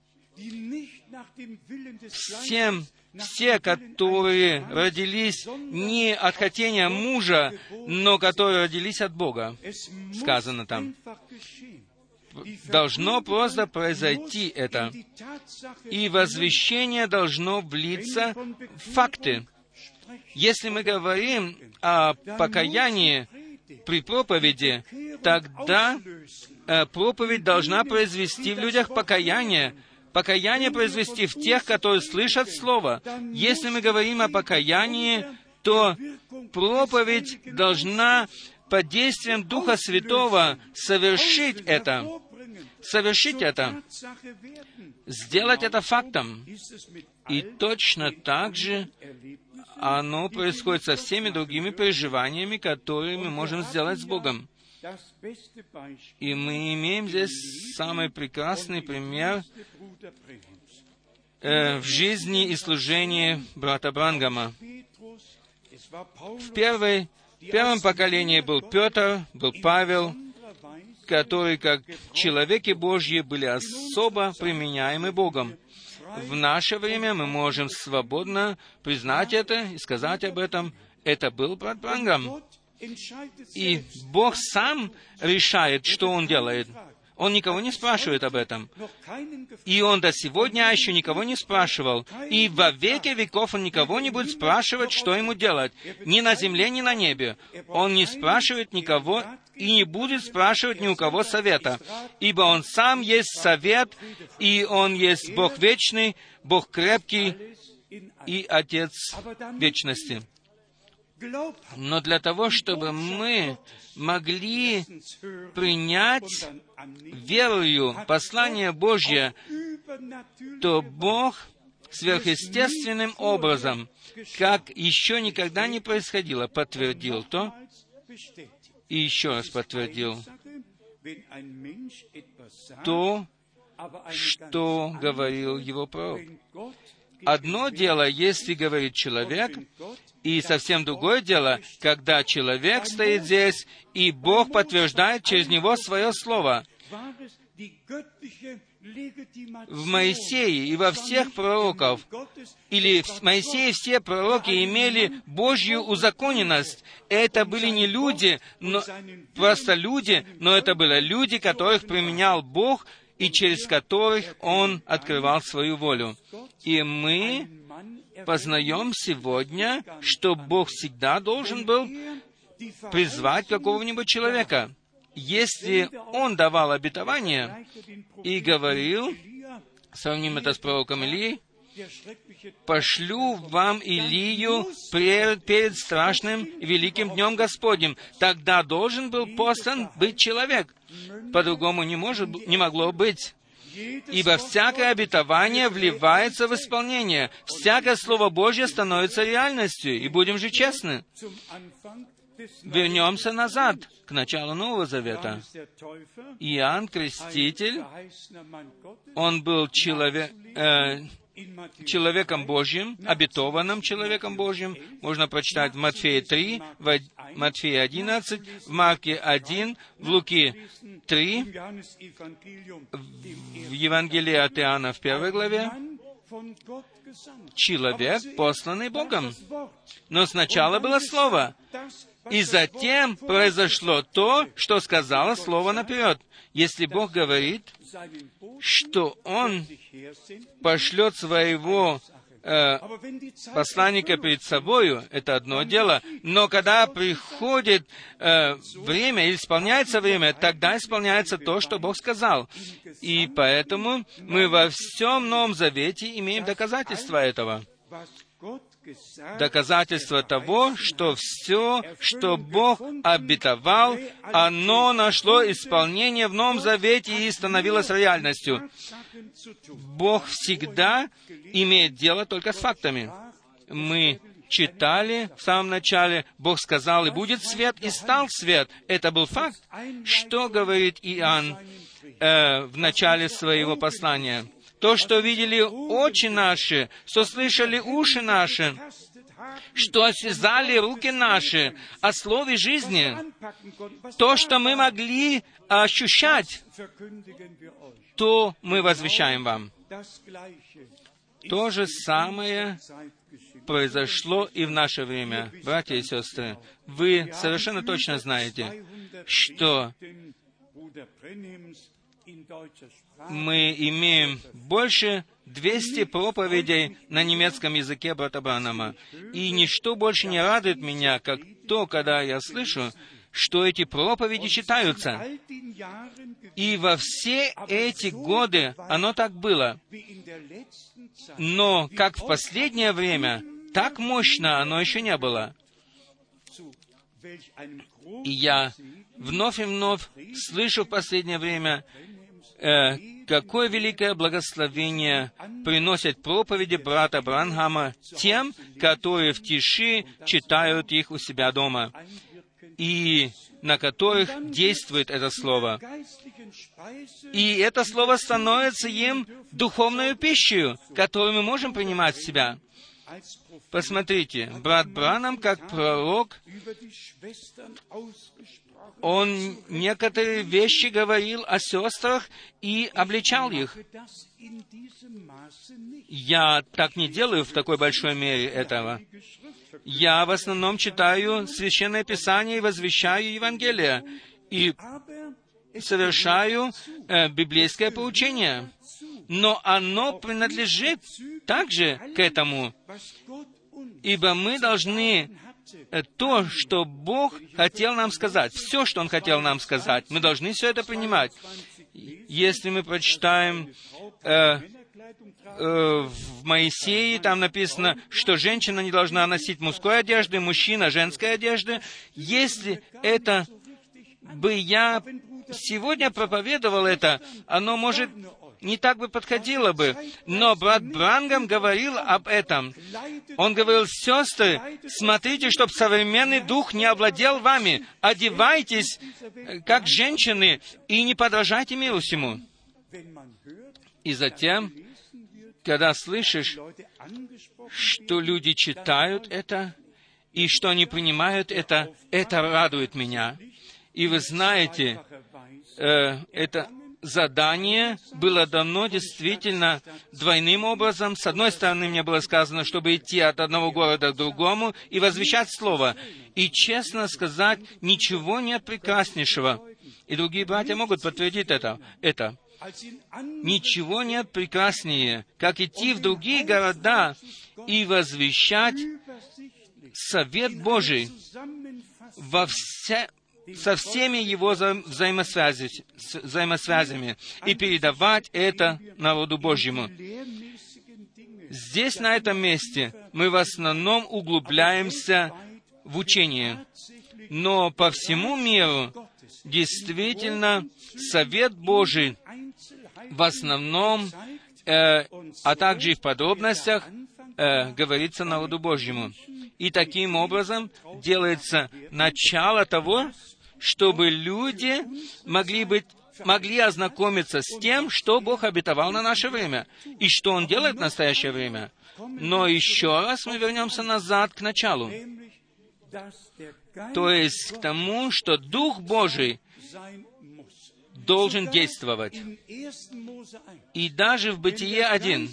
A: Все, которые родились не от хотения мужа, но которые родились от Бога, сказано там. Должно просто произойти это. И возвещение должно влиться в факты. Если мы говорим о покаянии при проповеди, тогда проповедь должна произвести в людях покаяние произвести в тех, которые слышат Слово. Если мы говорим о покаянии, то проповедь должна под действием Духа Святого совершить это, сделать это фактом. И точно так же оно происходит со всеми другими переживаниями, которые мы можем сделать с Богом. И мы имеем здесь самый прекрасный пример в жизни и служении брата Бранхама. В первом поколении был Петр, был Павел, которые, как человеки Божьи, были особо применяемы Богом. В наше время мы можем свободно признать это и сказать об этом. Это был брат Бранхам. И Бог сам решает, что Он делает. Он никого не спрашивает об этом. И Он до сегодня еще никого не спрашивал. И во веки веков Он никого не будет спрашивать, что Ему делать. Ни на земле, ни на небе. Он не спрашивает никого и не будет спрашивать ни у кого совета. Ибо Он сам есть совет, и Он есть Бог вечный, Бог крепкий и Отец вечности. Но для того, чтобы мы могли принять верою послание Божье, то Бог сверхъестественным образом, как еще никогда не происходило, подтвердил то и еще раз подтвердил то, что говорил Его пророк. одно дело, если говорит человек, и совсем другое дело, когда человек стоит здесь, и Бог подтверждает через него свое слово. В Моисее и во всех пророков, или в Моисее все пророки имели Божью узаконенность. Это были не люди, но просто люди, но это были люди, которых применял Бог, и через которых Он открывал свою волю. И мы познаем сегодня, что Бог всегда должен был призвать какого-нибудь человека. Если Он давал обетование и говорил, сравним это с пророком Илией, «Пошлю вам Илию перед страшным и великим днем Господним». Тогда должен был послан быть человек. По-другому не могло быть. Ибо всякое обетование вливается в исполнение. Всякое Слово Божье становится реальностью. И будем же честны. Вернемся назад, к началу Нового Завета. Иоанн Креститель, он был человеком Божьим, обетованным человеком Божьим. Можно прочитать в Матфея 3, в Матфея 11, в Марке 1, в Луки 3, в Евангелии от Иоанна в 1 главе. Человек, посланный Богом. Но сначала было Слово. И затем произошло то, что сказало Слово наперед. Если Бог говорит, что Он пошлет своего посланника перед собою, это одно дело. Но когда приходит время, или исполняется время, тогда исполняется то, что Бог сказал. И поэтому мы во всем Новом Завете имеем доказательства этого. Доказательство того, что все, что Бог обетовал, оно нашло исполнение в Новом Завете и становилось реальностью. Бог всегда имеет дело только с фактами. Мы читали в самом начале, Бог сказал, и будет свет, и стал свет. Это был факт. Что говорит Иоанн в начале своего послания? То, что видели очи наши, что слышали уши наши, что осязали руки наши о слове жизни, то, что мы могли ощущать, то мы возвещаем вам. То же самое произошло и в наше время. Братья и сестры, вы совершенно точно знаете, что мы имеем больше 200 проповедей на немецком языке брата Бранхама. И ничто больше не радует меня, как то, когда я слышу, что эти проповеди читаются. И во все эти годы оно так было. Но как в последнее время, так мощно оно еще не было. И я вновь и вновь слышу в последнее время, какое великое благословение приносят проповеди брата Бранхама тем, которые в тиши читают их у себя дома, и на которых действует это Слово. И это Слово становится им духовной пищей, которую мы можем принимать в себя. Посмотрите, брат Бранхам, как пророк, он некоторые вещи говорил о сестрах и обличал их. Я так не делаю в такой большой мере этого. Я в основном читаю Священное Писание и возвещаю Евангелие, и совершаю библейское поучение. Но оно принадлежит также к этому, ибо мы должны то, что Бог хотел нам сказать, все, что Он хотел нам сказать, мы должны все это принимать. Если мы прочитаем в Моисее, там написано, что женщина не должна носить мужской одежды, мужчина женской одежды. Если это бы я сегодня проповедовал это, оно, может, не так бы подходило бы. Но брат Бранхам говорил об этом. Он говорил: сестры, смотрите, чтобы современный дух не овладел вами. Одевайтесь, как женщины, и не подражайте миру всему. И затем когда слышишь, что люди читают это, и что они принимают это радует меня. И вы знаете, это задание было дано действительно двойным образом. С одной стороны, мне было сказано, чтобы идти от одного города к другому и возвещать Слово. И, честно сказать, ничего нет прекраснейшего. И другие братья могут подтвердить это. Ничего нет прекраснее, как идти в другие города и возвещать совет Божий со всеми его взаимосвязями и передавать это народу Божьему. Здесь, на этом месте, мы в основном углубляемся в учение. Но по всему миру действительно совет Божий в основном, а также и в подробностях, говорится народу Божьему. И таким образом делается начало того, чтобы люди могли ознакомиться с тем, что Бог обетовал на наше время, и что Он делает в настоящее время. Но еще раз мы вернемся назад к началу. То есть к тому, что Дух Божий должен действовать. И даже в Бытие 1,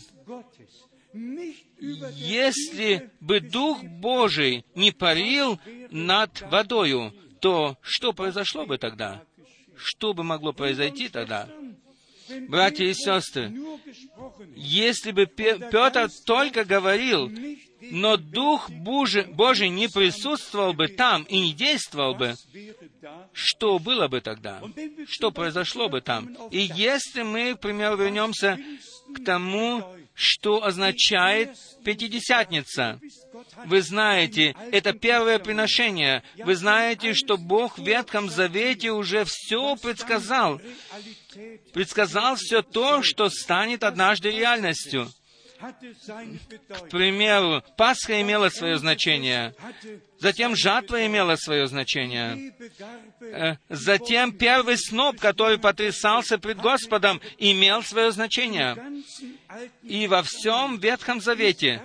A: если бы Дух Божий не парил над водою, то что произошло бы тогда? Что бы могло произойти тогда? Братья и сестры, если бы Петр только говорил, но Дух Божий не присутствовал бы там и не действовал бы, что было бы тогда? Что произошло бы там? И если мы, к примеру, вернемся к тому, что означает Пятидесятница. Вы знаете, это первое приношение. Вы знаете, что Бог в Ветхом Завете уже все предсказал. Предсказал все то, что станет однажды реальностью. К примеру, Пасха имела свое значение, затем жатва имела свое значение, затем первый сноп, который потрясался пред Господом, имел свое значение. И во всем Ветхом Завете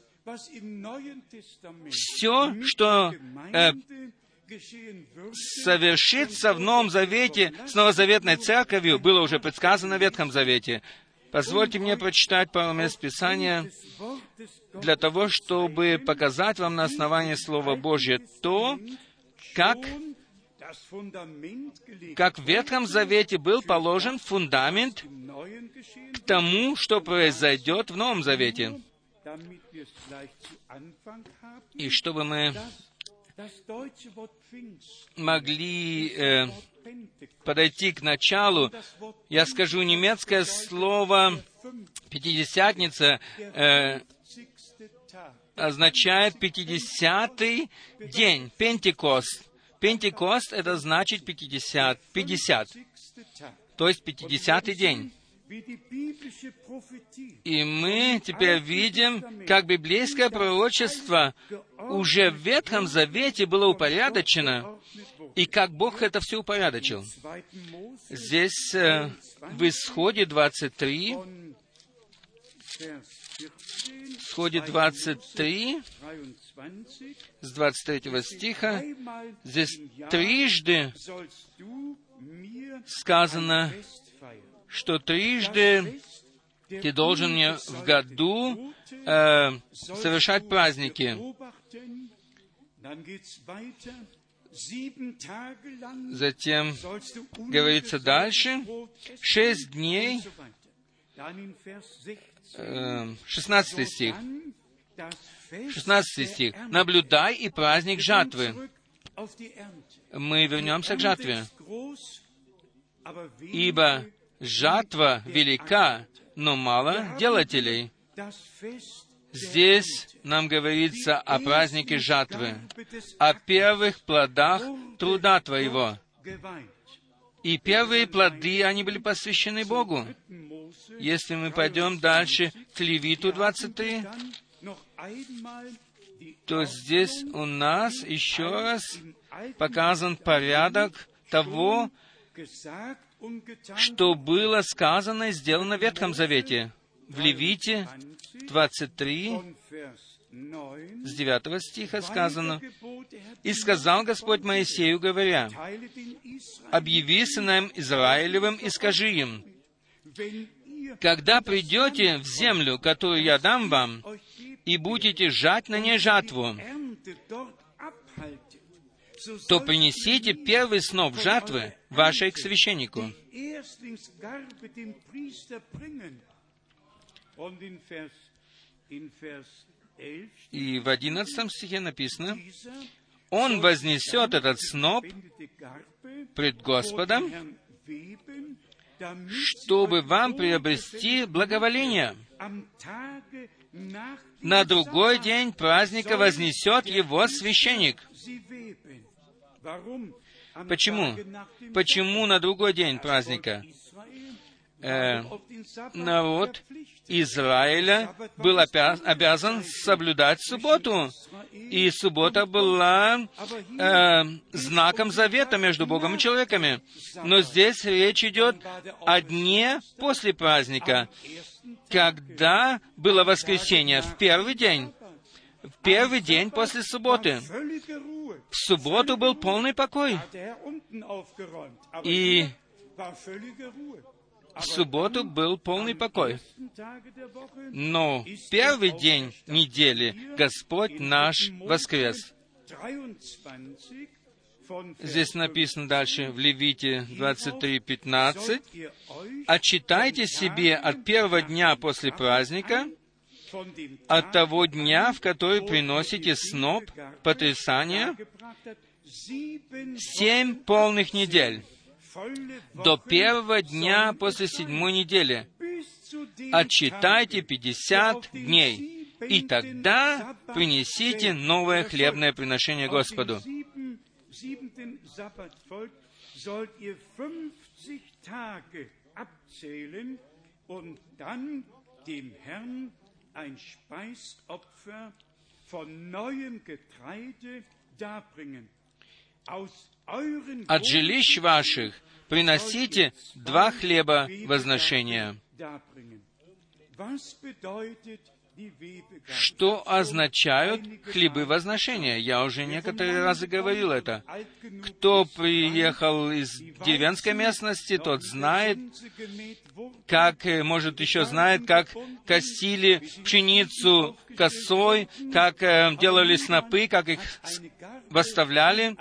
A: все, что совершится в Новом Завете с Новозаветной Церковью, было уже предсказано в Ветхом Завете. Позвольте мне прочитать пару мест Писания для того, чтобы показать вам на основании Слова Божьего то, как в Ветхом Завете был положен фундамент к тому, что произойдет в Новом Завете. И чтобы мы могли подойти к началу, я скажу, немецкое слово «пятидесятница» означает 50-й день, Пентекост. Пентекост — это значит 50, то есть 50-й день. И мы теперь видим, как библейское пророчество уже в Ветхом Завете было упорядочено, и как Бог это все упорядочил. Здесь в Исходе 23, с 23 стиха, здесь трижды сказано, что трижды ты должен мне в году совершать праздники. Затем говорится дальше, 6 дней, 16 стих, «Наблюдай и праздник жатвы». Мы вернемся к жатве. «Ибо жатва велика, но мало делателей». Здесь нам говорится о празднике жатвы, о первых плодах труда твоего. И первые плоды, они были посвящены Богу. Если мы пойдем дальше к Левиту 23, то здесь у нас еще раз показан порядок того, что было сказано и сделано в Ветхом Завете. В Левите 23, с 9 стиха сказано: «И сказал Господь Моисею, говоря: объяви сынам Израилевым и скажи им: когда придете в землю, которую я дам вам, и будете жать на ней жатву, то принесите первый сноп жатвы вашей к священнику». И в 11 стихе написано: «Он вознесет этот сноп пред Господом, чтобы вам приобрести благоволение. На другой день праздника вознесет его священник». Почему? Почему на другой день праздника? Народ Израиля был обязан соблюдать субботу. И суббота была знаком завета между Богом и человеками. Но здесь речь идет о дне после праздника, когда было воскресенье, в первый день после субботы. В субботу был полный покой. И в субботу был полный покой. Но первый день недели Господь наш воскрес. Здесь написано дальше в Левите 23:15: «Отчитайте себе от первого дня после праздника, от того дня, в который приносите сноп потрясания, 7 полных недель, до первого дня после 7-й недели. Отсчитайте 50 дней, и тогда принесите новое хлебное приношение Господу». «От жилищ ваших приносите 2 хлеба возношения». Что означают хлебы возношения? Я уже некоторые разы говорил это. Кто приехал из деревенской местности, тот знает, может еще знает, как косили пшеницу косой, как делали снопы, как их восставляли.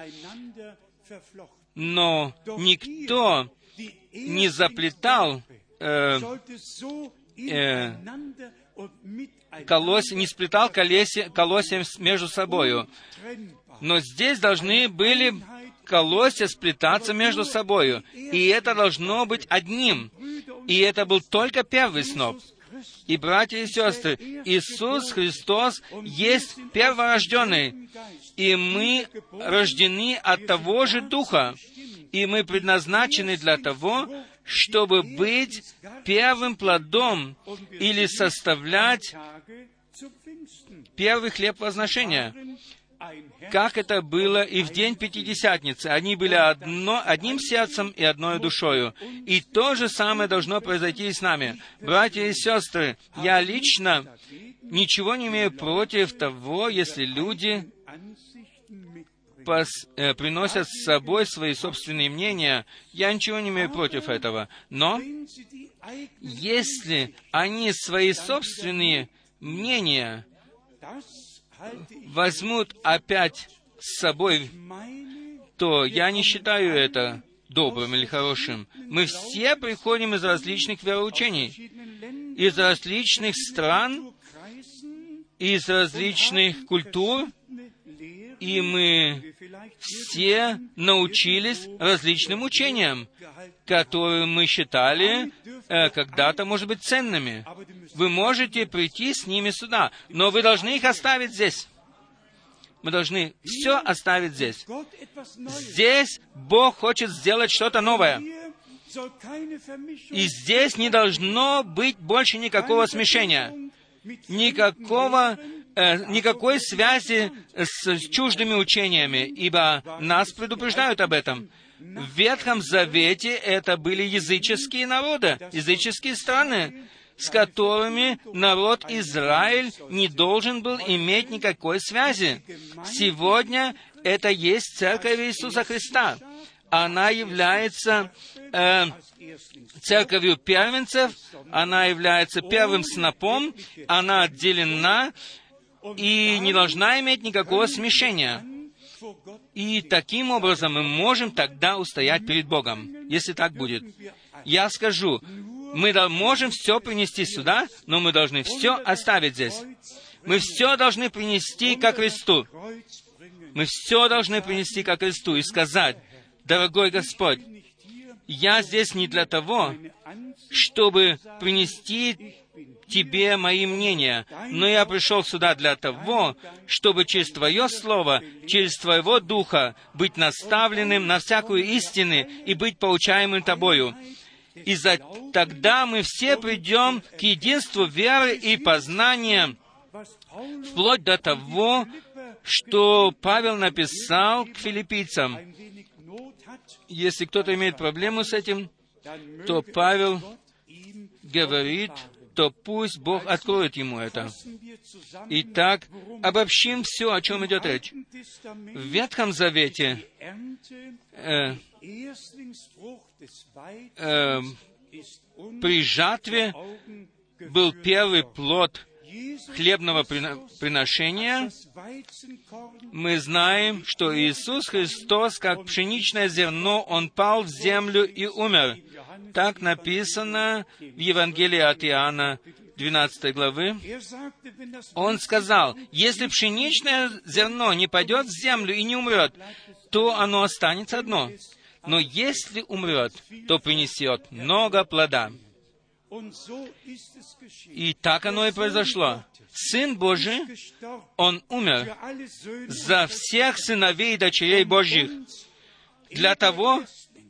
A: Но никто не заплетал не сплетал колосья между собою. Но здесь должны были колосья сплетаться между собою. И это должно быть одним. И это был только первый сноп. И, братья и сестры, Иисус Христос есть перворожденный. И мы рождены от того же Духа. И мы предназначены для того, чтобы быть первым плодом или составлять первый хлеб возношения. Как это было и в день Пятидесятницы. Они были одним сердцем и одной душою. И то же самое должно произойти и с нами. Братья и сестры, я лично ничего не имею против того, если люди приносят с собой свои собственные мнения. Я ничего не имею против этого. Но если они свои собственные мнения возьмут опять с собой, то я не считаю это добрым или хорошим. Мы все приходим из различных вероучений, из различных стран, из различных культур, и мы все научились различным учениям, которые мы считали когда-то, может быть, ценными. Вы можете прийти с ними сюда, но вы должны их оставить здесь. Мы должны все оставить здесь. Здесь Бог хочет сделать что-то новое. И здесь не должно быть больше никакого смешения, никакой связи с чуждыми учениями, ибо нас предупреждают об этом. В Ветхом Завете это были языческие народы, языческие страны, с которыми народ Израиль не должен был иметь никакой связи. Сегодня это есть Церковь Иисуса Христа. Она является церковью первенцев, она является первым снопом, она отделена и не должна иметь никакого смешения. И таким образом мы можем тогда устоять перед Богом, если так будет. Я скажу, мы можем все принести сюда, но мы должны все оставить здесь. Мы все должны принести ко кресту. Мы все должны принести ко кресту и сказать: «Дорогой Господь, я здесь не для того, чтобы принести Тебе мои мнения, но я пришел сюда для того, чтобы через Твое Слово, через Твоего Духа быть наставленным на всякую истину и быть поучаемым Тобою. И тогда мы все придем к единству веры и познания, вплоть до того, что Павел написал к филиппийцам». Если кто-то имеет проблему с этим, то Павел говорит, то пусть Бог откроет ему это. Итак, обобщим все, о чем идет речь. В Ветхом Завете при жатве был первый плод хлебного приношения. Мы знаем, что Иисус Христос, как пшеничное зерно, Он пал в землю и умер. Так написано в Евангелии от Иоанна, 12 главы. Он сказал: если пшеничное зерно не пойдет в землю и не умрет, то оно останется одно. Но если умрет, то принесет много плода. И так оно и произошло. Сын Божий, Он умер за всех сыновей и дочерей Божьих, для того,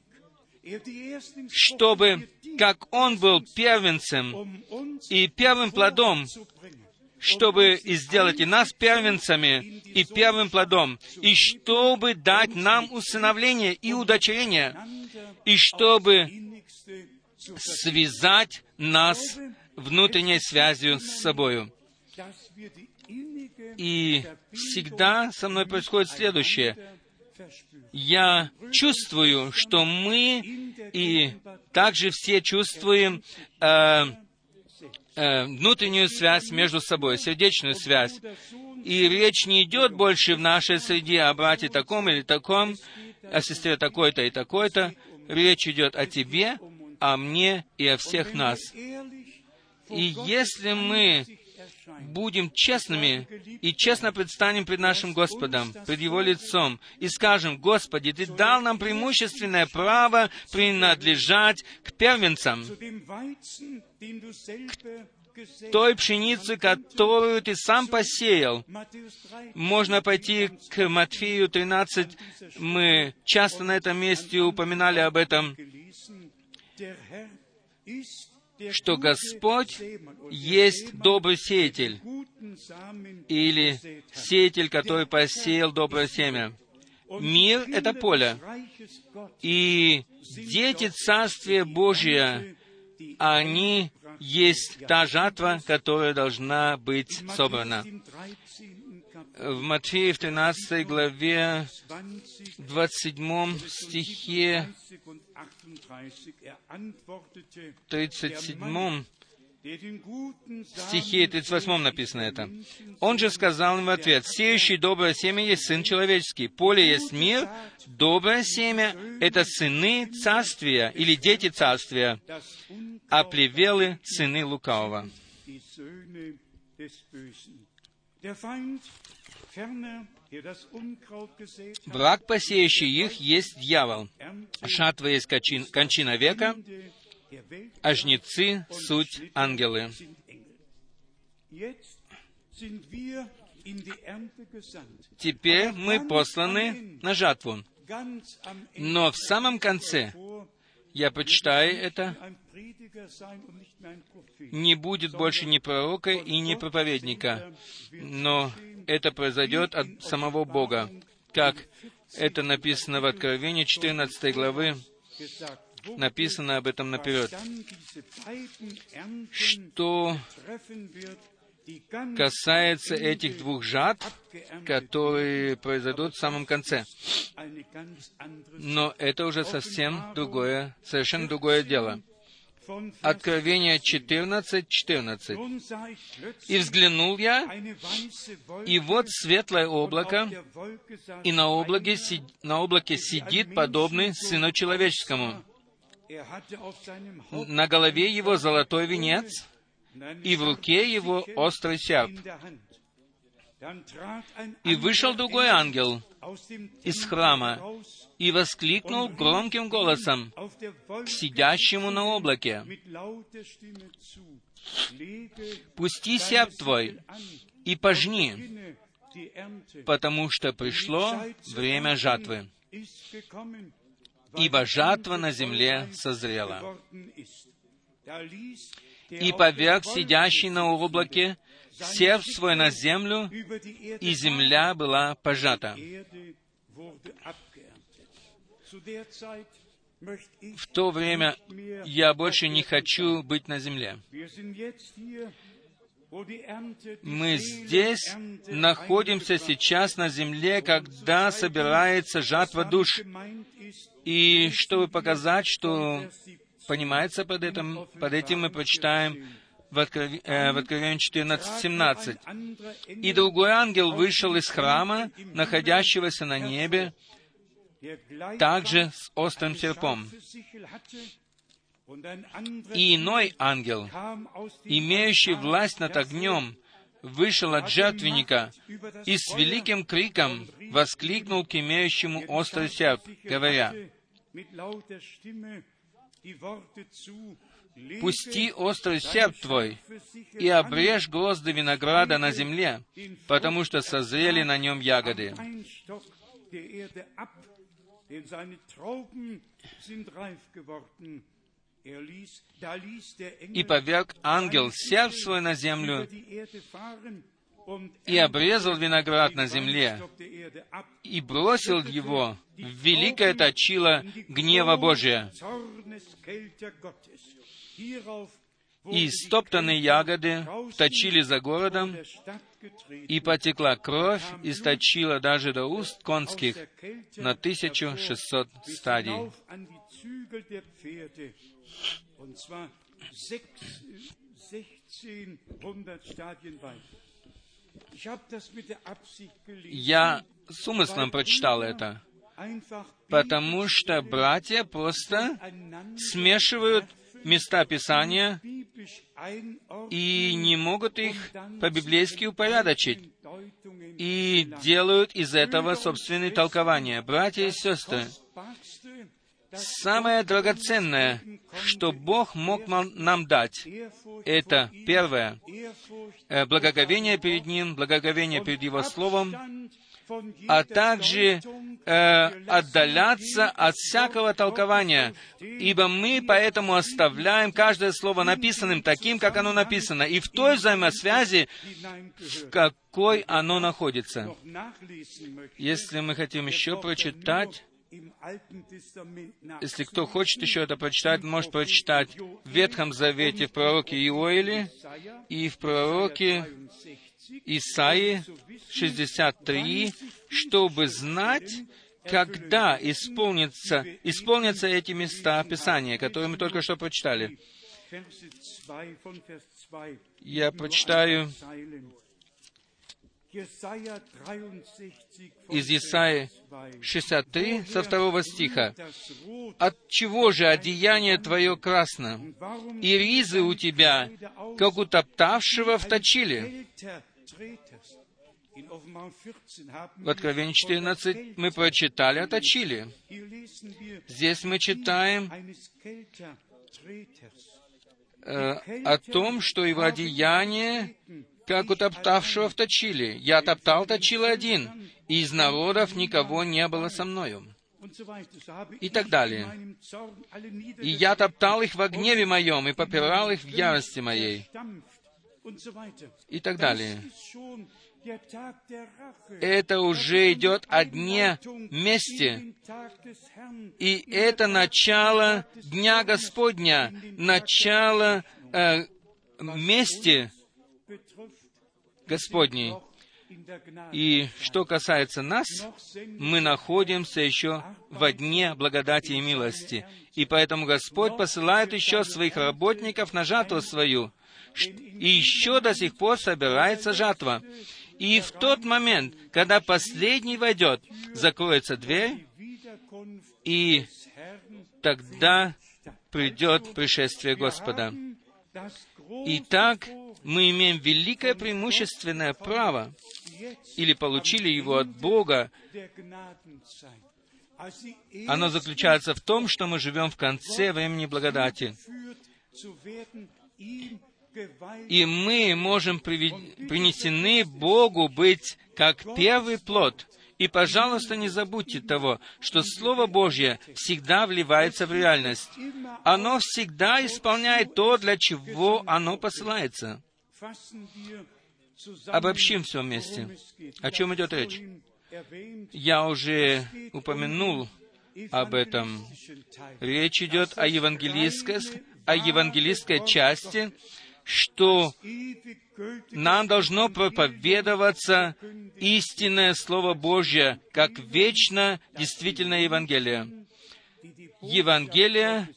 A: чтобы, как Он был первенцем и первым плодом, чтобы сделать и нас первенцами и первым плодом, и чтобы дать нам усыновление и удочерение, и чтобы связать нас внутренней связью с собою. И всегда со мной происходит следующее. Я чувствую, что мы и также все чувствуем внутреннюю связь между собой, сердечную связь. И речь не идет больше в нашей среде о брате таком или таком, о сестре такой-то и такой-то. Речь идет о тебе, о мне и о всех нас. И если мы будем честными и честно предстанем пред нашим Господом, пред Его лицом, и скажем: «Господи, Ты дал нам преимущественное право принадлежать к первенцам, к той пшенице, которую Ты сам посеял». Можно пойти к Матфею 13, мы часто на этом месте упоминали об этом, что Господь есть добрый сеятель, или сеятель, который посеял доброе семя. Мир — это поле, и дети Царствия Божия, они есть та жатва, которая должна быть собрана. В Матфея в 13 главе, 27 стихе, 37 стихе 38 написано это. Он же сказал им в ответ: «Сеющий доброе семя есть Сын Человеческий, поле есть мир, доброе семя — это сыны Царствия или дети Царствия, а плевелы — сыны лукавого». Враг, посеющий их, есть дьявол. Жатва есть кончина века, а жнецы — суть ангелы. Теперь мы посланы на жатву. Но в самом конце, я прочитаю это, не будет больше ни пророка и ни проповедника, но это произойдет от самого Бога, как это написано в Откровении 14 главы, написано об этом наперед. Что касается этих двух жатв, которые произойдут в самом конце. Но это уже совсем другое, совершенно другое дело. Откровение 14:14. «И взглянул я, и вот светлое облако, и на облаке сидит подобный Сыну Человеческому. На голове его золотой венец, и в руке его острый серп. И вышел другой ангел из храма, и воскликнул громким голосом к сидящему на облаке: «Пусти серп твой и пожни, потому что пришло время жатвы, ибо жатва на земле созрела». И поверг сидящий на облаке серп свой на землю, и земля была пожата. В то время я больше не хочу быть на земле. Мы здесь находимся сейчас на земле, когда собирается жатва душ. И чтобы показать, что понимается под этим мы прочитаем в Откровении 14:17. «И другой ангел вышел из храма, находящегося на небе, также с острым серпом. И иной ангел, имеющий власть над огнем, вышел от жертвенника и с великим криком воскликнул к имеющему острый серп, говоря: «Пусти острый серп твой и обрежь грозды винограда на земле, потому что созрели на нем ягоды». И поверг ангел серп свой на землю, и обрезал виноград на земле, и бросил его в великое точило гнева Божия. И стоптанные ягоды вточили за городом, и потекла кровь из точила даже до уст конских на 1600 стадий. Я с умыслом прочитал это, потому что братья просто смешивают места Писания и не могут их по-библейски упорядочить, и делают из этого собственные толкования. Братья и сестры, самое драгоценное, что Бог мог нам дать, это, первое, благоговение перед Ним, благоговение перед Его Словом, а также отдаляться от всякого толкования, ибо мы поэтому оставляем каждое слово написанным таким, как оно написано, и в той взаимосвязи, в какой оно находится. Если мы хотим еще прочитать, если кто хочет еще это прочитать, может прочитать в Ветхом Завете в пророке Иоиле и в пророке Исаии 63, чтобы знать, когда исполнятся эти места Писания, которые мы только что прочитали. Я прочитаю из Исаии 63, со 2 стиха. «Отчего же одеяние твое красно, и ризы у тебя, как у топтавшего в точиле?» В Откровении 14 мы прочитали о точиле. Здесь мы читаем о том, что его одеяние, как у топтавшего в точиле. «Я топтал точило один, и из народов никого не было со мною». И так далее. «И я топтал их во гневе моем, и попирал их в ярости моей». И так далее. это уже идет о дне мести. И это начало Дня Господня, начало мести Господней. И что касается нас, мы находимся еще во дне благодати и милости. И поэтому Господь посылает еще своих работников на жатву свою. И еще до сих пор собирается жатва. И в тот момент, когда последний войдет, закроется дверь, и тогда придет пришествие Господа. Итак, мы имеем великое преимущественное право, или получили его от Бога. Оно заключается в том, что мы живем в конце времени благодати. И мы можем принесены Богу быть как первый плод. И, пожалуйста, не забудьте того, что Слово Божье всегда вливается в реальность. Оно всегда исполняет то, для чего оно посылается. Обобщим все вместе. О чем идет речь? Я уже упомянул об этом. Речь идет о евангелистской части, что нам должно проповедоваться истинное Слово Божье, как вечно действительное Евангелие. Евангелие,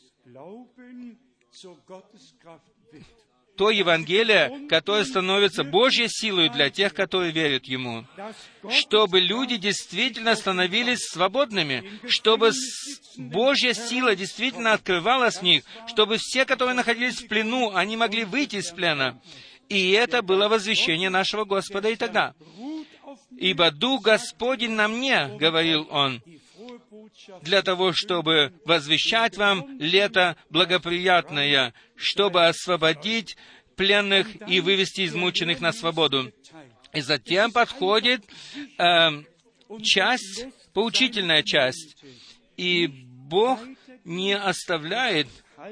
A: то Евангелие, которое становится Божьей силой для тех, которые верят Ему. Чтобы люди действительно становились свободными, чтобы Божья сила действительно открывалась в них, чтобы все, которые находились в плену, они могли выйти из плена. И это было возвещение нашего Господа и тогда. «Ибо Дух Господень на мне, — говорил Он, — для того, чтобы возвещать вам лето благоприятное, чтобы освободить пленных и вывести измученных на свободу». И затем подходит часть, поучительная часть. И Бог не оставляет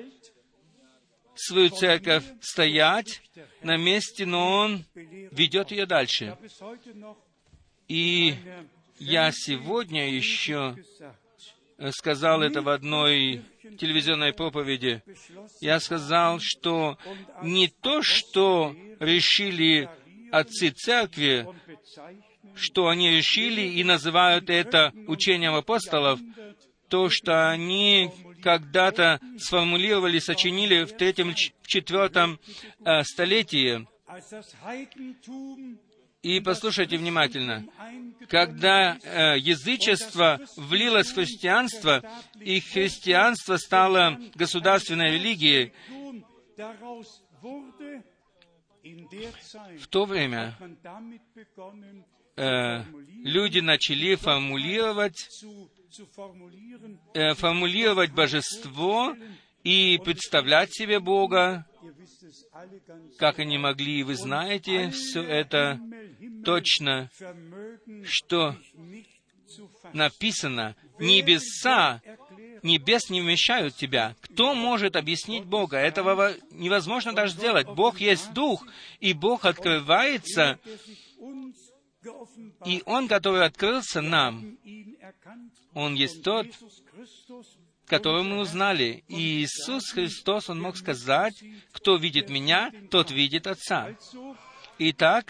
A: свою церковь стоять на месте, но Он ведет ее дальше. И я сегодня еще сказал это в одной телевизионной проповеди. Я сказал, что не то, что решили отцы церкви, что они решили и называют это учением апостолов, то, что они когда-то сформулировали, сочинили в 3-4 столетии. И послушайте внимательно. Когда язычество влилось в христианство, и христианство стало государственной религией, в то время люди начали формулировать божество и представлять себе Бога, как они могли, и вы знаете все это точно, что написано: небес не вмещают тебя. Кто может объяснить Бога? Этого невозможно даже сделать. Бог есть Дух, и Бог открывается, и Он, который открылся нам, Он есть тот, которого мы узнали. И Иисус Христос, Он мог сказать: «Кто видит Меня, тот видит Отца». Итак,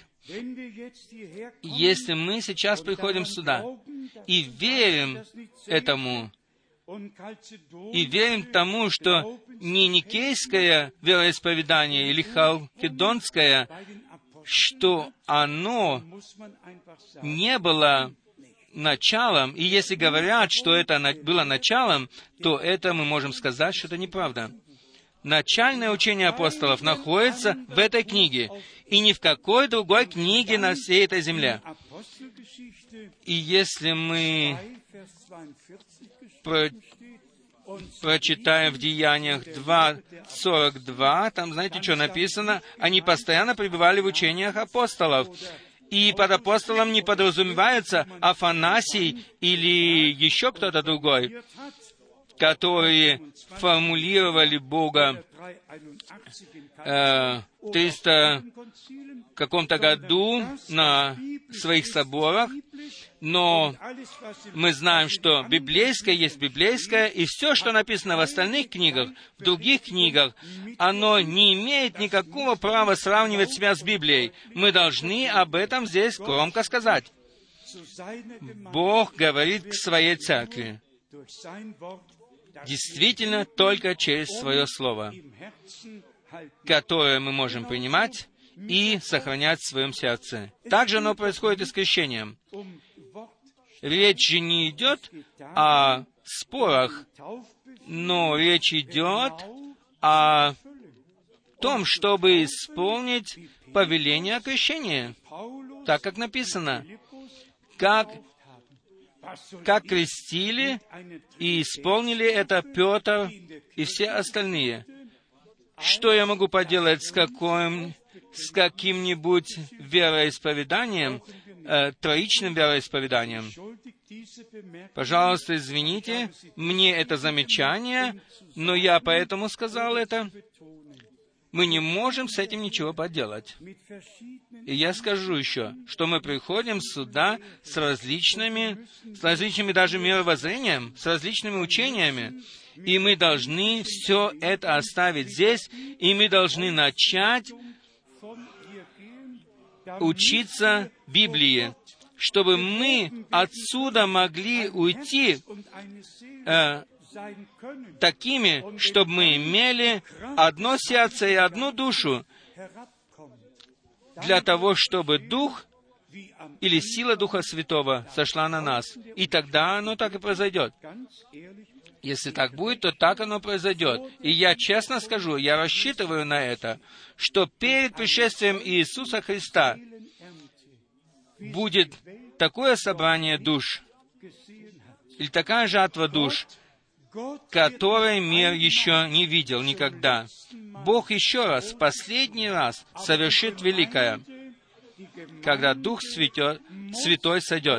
A: если мы сейчас приходим сюда и верим этому, и верим тому, что не никейское вероисповедание или халкидонское, что оно не было началом, и если говорят, что это было началом, то это мы можем сказать, что это неправда. Начальное учение апостолов находится в этой книге, и ни в какой другой книге на всей этой земле. И если мы прочитаем в Деяниях 2:42, там, знаете, что написано? Они постоянно пребывали в учениях апостолов. И под апостолом не подразумевается Афанасий или еще кто-то другой. которые формулировали Бога в 300 каком-то году на своих соборах, но мы знаем, что библейское есть библейское, и все, что написано в остальных книгах, в других книгах, оно не имеет никакого права сравнивать себя с Библией. Мы должны об этом здесь громко сказать. Бог говорит к своей церкви. Действительно, только через свое Слово, которое мы можем принимать и сохранять в своем сердце. Также оно происходит и с крещением. Речь же не идет о спорах, но речь идет о том, чтобы исполнить повеление о крещении, так как написано, как крестили и исполнили это Петр и все остальные. Что я могу поделать с каким-нибудь вероисповеданием, троичным вероисповеданием? Пожалуйста, извините, мне это замечание, но я поэтому сказал это. Мы не можем с этим ничего поделать. И я скажу еще, что мы приходим сюда с различными даже мировоззрением, с различными учениями, и мы должны все это оставить здесь, и мы должны начать учиться Библии, чтобы мы отсюда могли уйти такими, чтобы мы имели одно сердце и одну душу, для того, чтобы Дух или сила Духа Святого сошла на нас. И тогда оно так и произойдет. Если так будет, то так оно произойдет. И я честно скажу, я рассчитываю на это, что перед пришествием Иисуса Христа будет такое собрание душ, или такая жатва душ, которой мир еще не видел никогда. Бог еще раз, в последний раз, совершит великое, когда Дух Святой сойдет.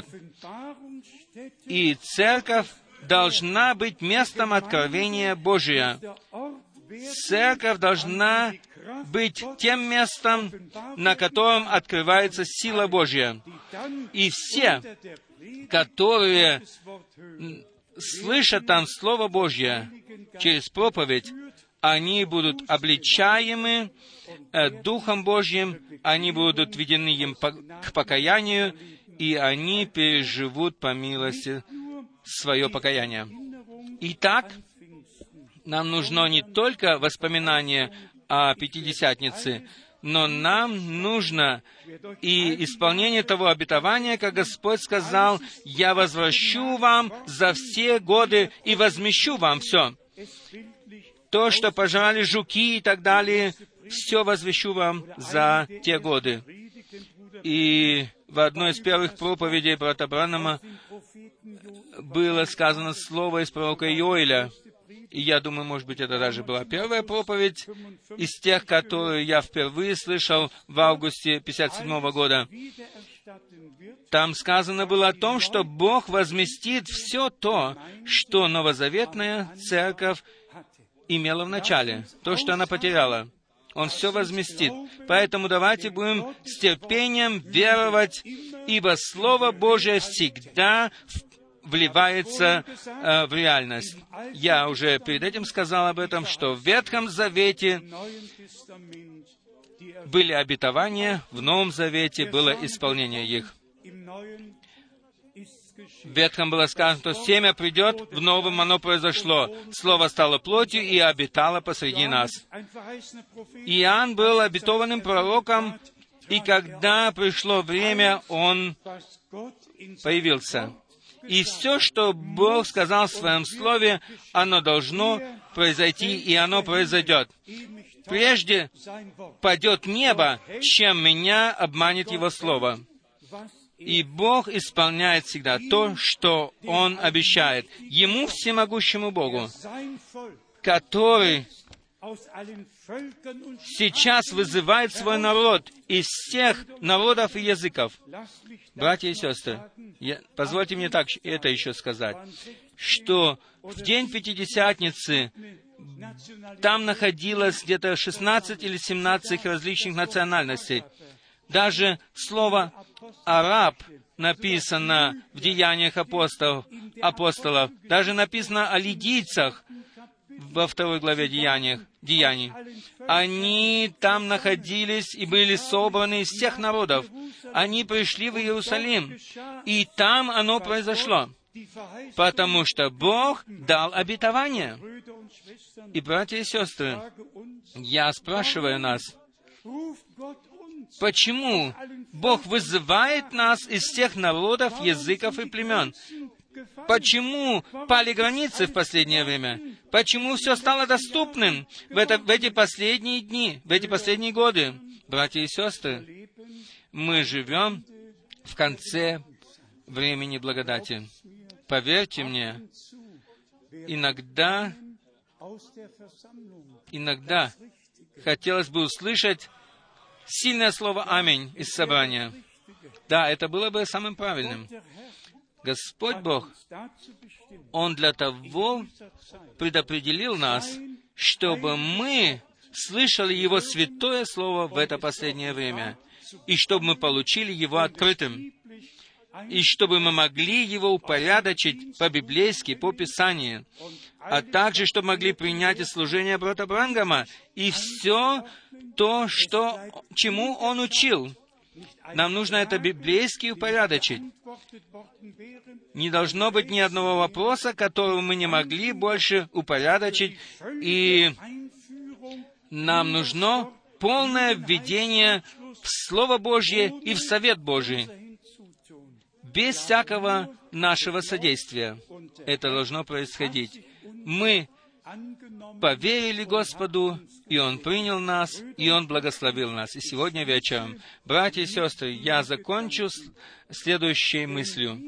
A: И церковь должна быть местом откровения Божия. Церковь должна быть тем местом, на котором открывается сила Божья. И все, которые слышат там Слово Божье через проповедь, они будут обличаемы Духом Божьим, они будут введены им к покаянию, и они переживут по милости свое покаяние. Итак, нам нужно не только воспоминание о Пятидесятнице, но нам нужно и исполнение того обетования, как Господь сказал, «Я возвращу вам за все годы и возмещу вам все». То, что пожрали жуки и так далее, все возвещу вам за те годы. И в одной из первых проповедей брата Бранхама было сказано слово из пророка Йоэля. И я думаю, может быть, это даже была первая проповедь из тех, которые я впервые слышал в августе 1957 года. Там сказано было о том, что Бог возместит все то, что новозаветная церковь имела в начале, то, что она потеряла. Он все возместит. Поэтому давайте будем с терпением веровать, ибо Слово Божие всегда вливается в реальность. Я уже перед этим сказал об этом, что в Ветхом Завете были обетования, в Новом Завете было исполнение их. В Ветхом было сказано, что семя придет, в Новом оно произошло. Слово стало плотью и обитало посреди нас. Иоанн был обетованным пророком, и когда пришло время, он появился. И все, что Бог сказал в Своем Слове, оно должно произойти, и оно произойдет. Прежде падет небо, чем меня обманет Его Слово. И Бог исполняет всегда то, что Он обещает. Ему, всемогущему Богу, который сейчас вызывает свой народ из всех народов и языков. Братья и сестры, позвольте мне так это еще сказать, что в день Пятидесятницы там находилось где-то 16 или 17 различных национальностей. Даже слово «араб» написано в Деяниях апостолов. Даже написано о лидийцах во 2 главе Деяний. Они там находились и были собраны из всех народов. Они пришли в Иерусалим, и там оно произошло, потому что Бог дал обетование. И, братья и сестры, я спрашиваю нас, почему Бог вызывает нас из всех народов, языков и племен? Почему пали границы в последнее время? Почему все стало доступным в эти последние дни, в эти последние годы? Братья и сестры, мы живем в конце времени благодати. Поверьте мне, иногда хотелось бы услышать сильное слово «Аминь» из собрания. Да, это было бы самым правильным. Господь Бог, Он для того предопределил нас, чтобы мы слышали Его святое Слово в это последнее время, и чтобы мы получили Его открытым, и чтобы мы могли его упорядочить по-библейски, по Писанию, а также, чтобы могли принять и служение брата Бранхама, и все то, чему он учил. Нам нужно это библейски упорядочить. Не должно быть ни одного вопроса, которого мы не могли больше упорядочить, и нам нужно полное введение в Слово Божье и в Совет Божий, без всякого нашего содействия. Это должно происходить. Мы поверили Господу, и Он принял нас, и Он благословил нас. И сегодня вечером, братья и сестры, я закончу следующей мыслью.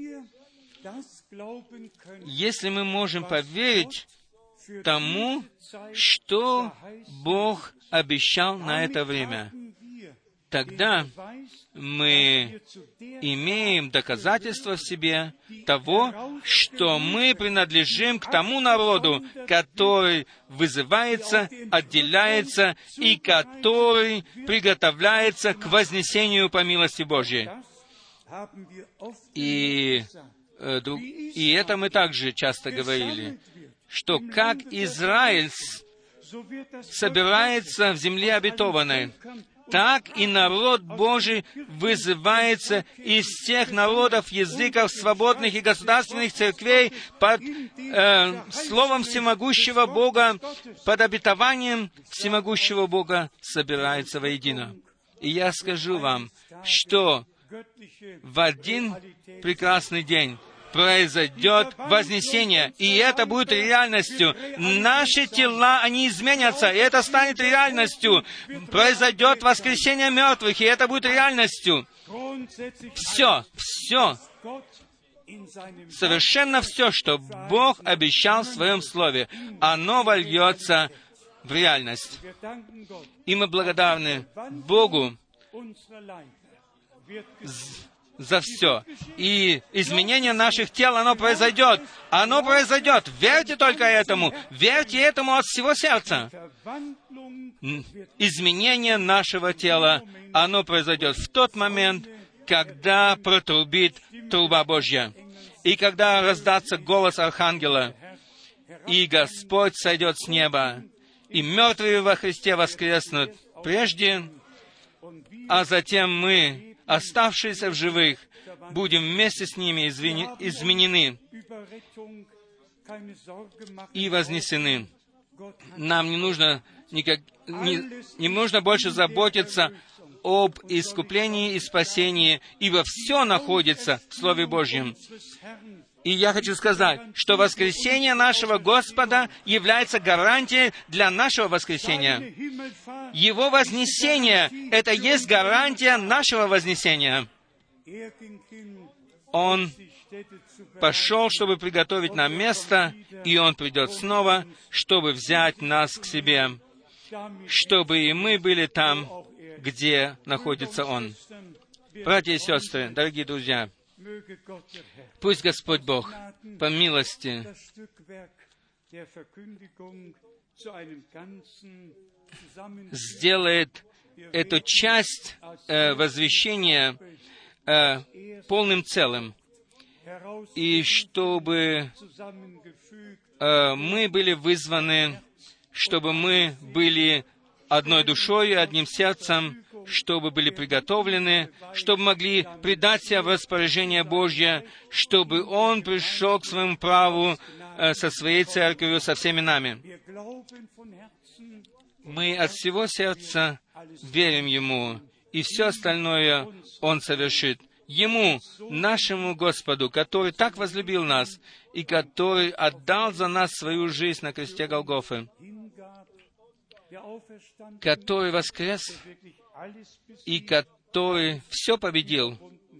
A: Если мы можем поверить тому, что Бог обещал на это время, тогда мы имеем доказательство в себе того, что мы принадлежим к тому народу, который вызывается, отделяется и который приготовляется к вознесению по милости Божьей. И это мы также часто говорили, что как Израиль собирается в земле обетованной, так и народ Божий вызывается из всех народов, языков, свободных и государственных церквей под словом всемогущего Бога, под обетованием всемогущего Бога собирается воедино. И я скажу вам, что в один прекрасный день произойдет вознесение, и это будет реальностью. Наши тела, они изменятся, и это станет реальностью. Произойдет воскресение мертвых, и это будет реальностью. Все, совершенно все, что Бог обещал в Своем Слове, оно вольется в реальность. И мы благодарны Богу за все. И изменение наших тел, оно произойдет. Оно произойдет. Верьте только этому. Верьте этому от всего сердца. Изменение нашего тела, оно произойдет в тот момент, когда протрубит труба Божья. И когда раздастся голос Архангела, и Господь сойдет с неба, и мертвые во Христе воскреснут прежде, а затем мы, оставшиеся в живых, будем вместе с ними изменены и вознесены. Нам не нужно больше заботиться об искуплении и спасении, ибо все находится в Слове Божьем. И я хочу сказать, что воскресение нашего Господа является гарантией для нашего воскресения. Его вознесение — это есть гарантия нашего вознесения. Он пошел, чтобы приготовить нам место, и Он придет снова, чтобы взять нас к себе. чтобы и мы были там, где находится Он. Братья и сестры, дорогие друзья, пусть Господь Бог по милости сделает эту часть возвещения полным целым, и чтобы мы были вызваны, чтобы мы были одной душой, одним сердцем, чтобы были приготовлены, чтобы могли предать себя в распоряжение Божье, чтобы Он пришел к своему праву со своей церковью, со всеми нами. Мы от всего сердца верим Ему, и все остальное Он совершит. Ему, нашему Господу, который так возлюбил нас, и который отдал за нас свою жизнь на кресте Голгофы, который воскрес, и который все победил.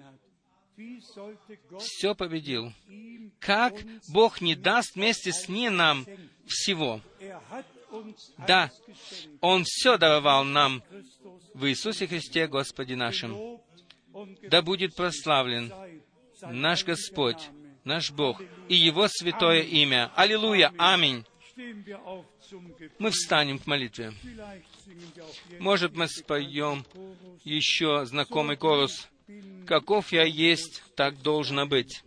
A: Все победил. Как Бог не даст вместе с ним нам всего? Да, Он все даровал нам в Иисусе Христе, Господе нашим. Да будет прославлен наш Господь, наш Бог и Его святое имя. Аллилуйя! Аминь! Мы встанем к молитве. Может, мы споем еще знакомый хорус «Каков я есть, так должно быть».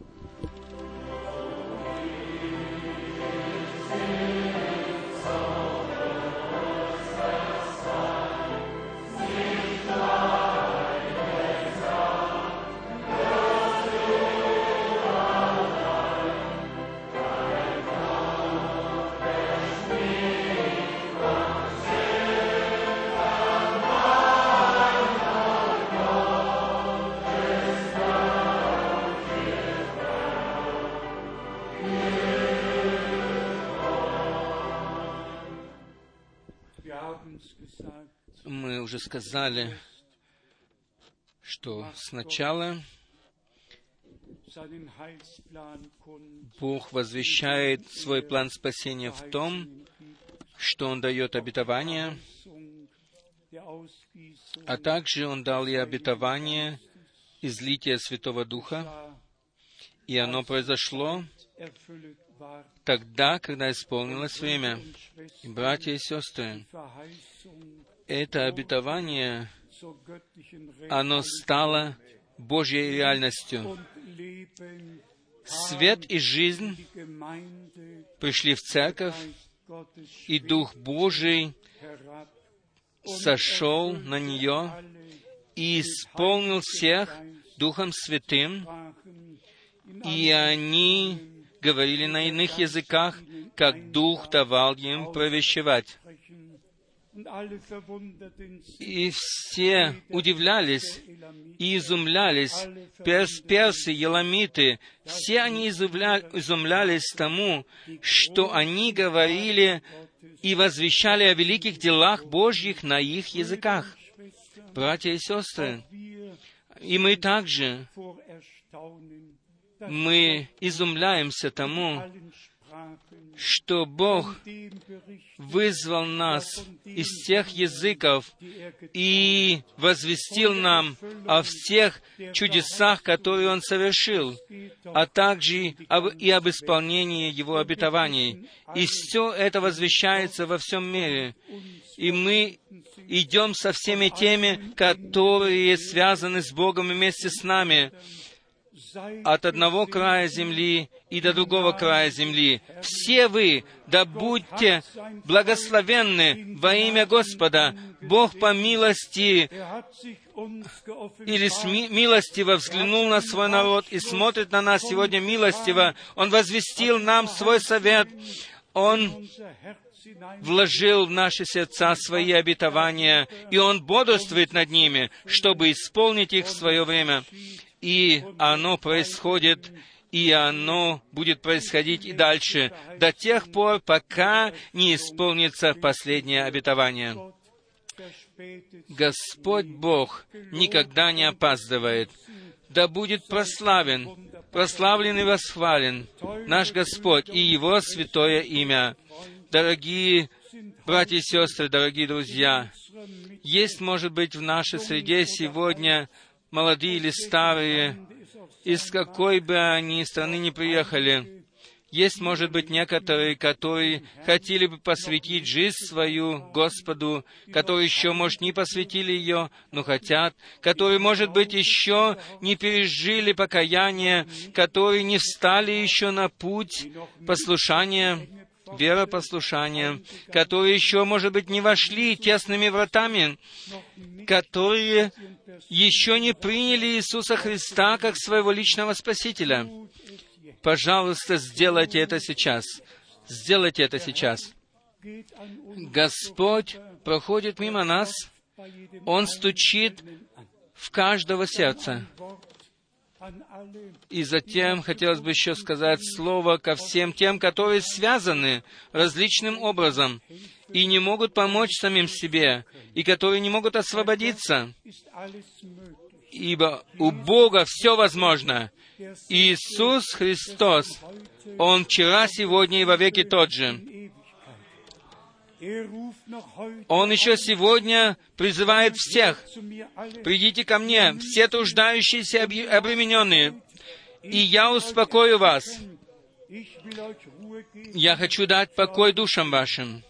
A: Мы уже сказали, что сначала Бог возвещает свой план спасения в том, что Он дает обетование, а также Он дал и обетование излития Святого Духа, и оно произошло тогда, когда исполнилось время. И, братья и сестры, это обетование, оно стало Божьей реальностью. Свет и жизнь пришли в церковь, и Дух Божий сошел на нее и исполнил всех Духом Святым, и они говорили на иных языках, как Дух давал им провещевать. И все удивлялись и изумлялись, персы, еламиты, все они изумлялись тому, что они говорили и возвещали о великих делах Божьих на их языках. Братья и сестры, и мы также, мы изумляемся тому, что Бог вызвал нас из тех языков и возвестил нам о всех чудесах, которые Он совершил, а также и об исполнении Его обетований. И все это возвещается во всем мире. И мы идем со всеми теми, которые связаны с Богом вместе с нами, от одного края земли и до другого края земли. Все вы, да будьте благословенны во имя Господа. Бог по милости или милостиво взглянул на свой народ и смотрит на нас сегодня милостиво. Он возвестил нам свой совет. Он вложил в наши сердца свои обетования, и Он бодрствует над ними, чтобы исполнить их в свое время. И оно происходит, и оно будет происходить и дальше, до тех пор, пока не исполнится последнее обетование. Господь Бог никогда не опаздывает. Да будет прославлен и восхвален наш Господь и Его святое имя. Дорогие Братья и сестры, дорогие друзья, есть, может быть, в нашей среде сегодня молодые или старые, из какой бы они страны ни приехали. Есть, может быть, некоторые, которые хотели бы посвятить жизнь свою Господу, которые еще, может, не посвятили ее, но хотят, которые, может быть, еще не пережили покаяние, которые не встали еще на путь послушания, веропослушания, которые еще, может быть, не вошли тесными вратами, которые еще не приняли Иисуса Христа как своего личного Спасителя. Пожалуйста, сделайте это сейчас. Сделайте это сейчас. Господь проходит мимо нас. Он стучит в каждого сердца. И затем хотелось бы еще сказать слово ко всем тем, которые связаны различным образом и не могут помочь самим себе, и которые не могут освободиться. Ибо у Бога все возможно. Иисус Христос, Он вчера, сегодня и вовеки тот же. Он еще сегодня призывает всех: «Придите ко мне, все труждающиеся и обремененные, и я успокою вас. Я хочу дать покой душам вашим».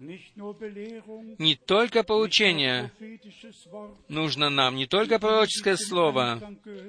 A: Не только поучение нужно нам, не только пророческое слово,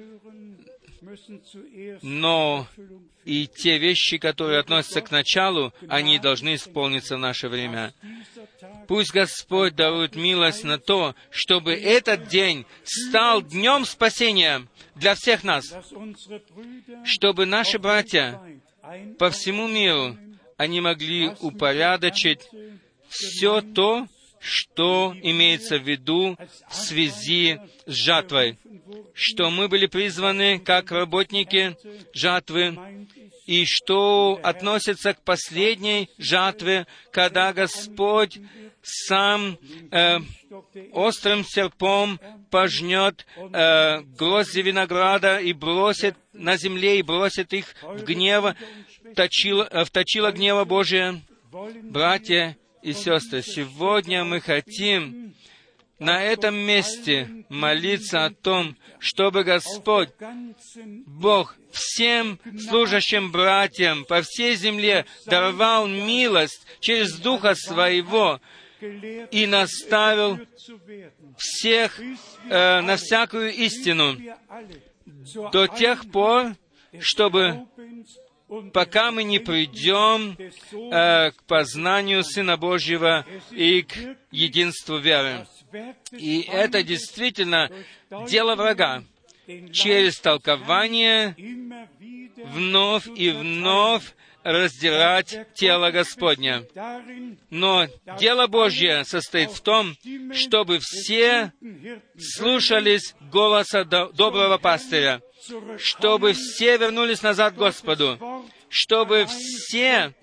A: но и те вещи, которые относятся к началу, они должны исполниться в наше время. Пусть Господь дарует милость на то, чтобы этот день стал днем спасения для всех нас, чтобы наши братья по всему миру, они могли упорядочить все то, что имеется в виду в связи с жатвой, что мы были призваны как работники жатвы, и что относится к последней жатве, когда Господь сам острым серпом пожнет грозди винограда и бросит на земле, и бросит их в гнев, в точило гнева Божия. Братья и сестры, сегодня мы хотим на этом месте молиться о том, чтобы Господь, Бог, всем служащим братьям по всей земле даровал милость через Духа Своего и наставил всех на всякую истину до тех пор, чтобы пока мы не придем к познанию Сына Божьего и к единству веры. И это действительно дело врага. Через толкование вновь и вновь раздирать тело Господня. Но дело Божье состоит в том, чтобы все слушались голоса доброго пастыря, чтобы все вернулись назад к Господу, чтобы все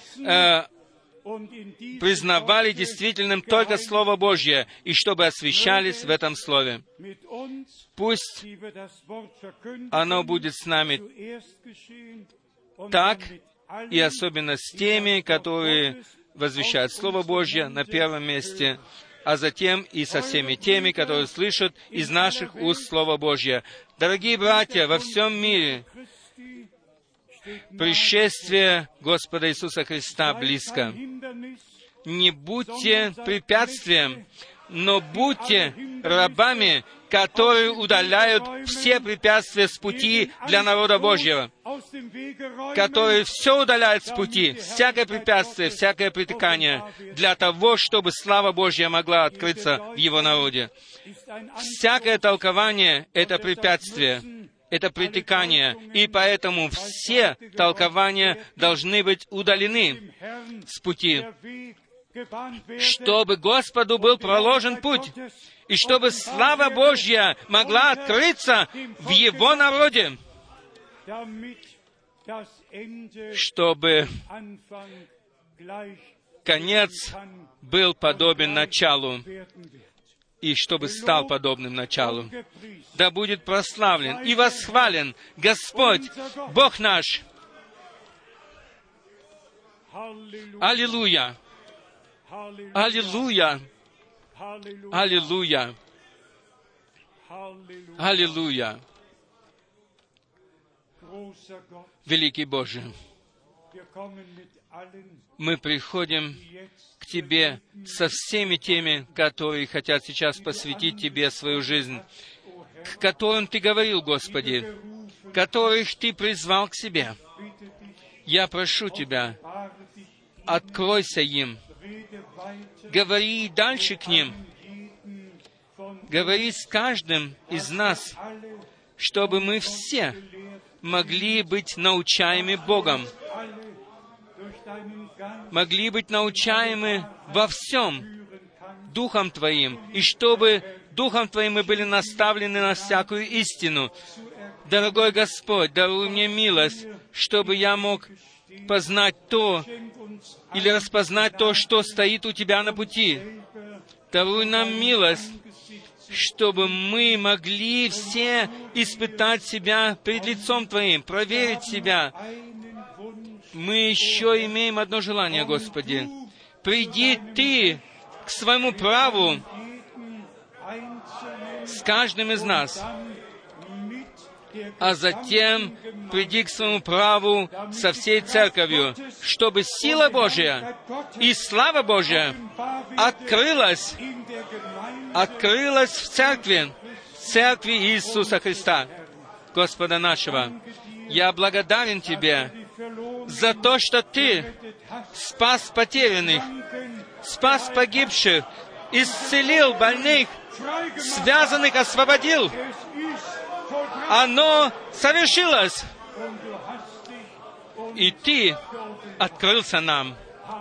A: признавали действительным только Слово Божье, и чтобы освящались в этом Слове. Пусть оно будет с нами так, и особенно с теми, которые возвещают Слово Божье на первом месте, а затем и со всеми теми, которые слышат из наших уст Слово Божье. Дорогие братья, во всем мире пришествие Господа Иисуса Христа близко. Не будьте препятствием, но будьте рабами, которые удаляют все препятствия с пути для народа Божьего, которые все удаляют с пути, всякое препятствие, всякое притыкание, для того, чтобы слава Божья могла открыться в Его народе. Всякое толкование — это препятствие, это притыкание, и поэтому все толкования должны быть удалены с пути, чтобы Господу был проложен путь, и чтобы слава Божья могла открыться в Его народе, чтобы конец был подобен началу, и чтобы стал подобным началу. Да будет прославлен и восхвален Господь, Бог наш. Аллилуйя! Аллилуйя! Аллилуйя! Аллилуйя! Великий Боже, мы приходим к Тебе со всеми теми, которые хотят сейчас посвятить Тебе свою жизнь, к которым Ты говорил, Господи, которых Ты призвал к себе. Я прошу Тебя, откройся им, говори дальше к ним, говори с каждым из нас, чтобы мы все могли быть научаемы Богом, могли быть научаемы во всем Духом Твоим, и чтобы Духом Твоим мы были наставлены на всякую истину. Дорогой Господь, даруй мне милость, чтобы я мог познать то или распознать то, что стоит у Тебя на пути. Даруй нам милость, чтобы мы могли все испытать себя пред лицом Твоим, проверить себя. Мы еще имеем одно желание, Господи. Приди Ты к своему праву с каждым из нас, а затем приди к своему праву со всей церковью, чтобы сила Божья и слава Божья открылась в церкви Иисуса Христа, Господа нашего. Я благодарен Тебе за то, что Ты спас потерянных, спас погибших, исцелил больных, связанных освободил. Оно совершилось. И Ты открылся нам.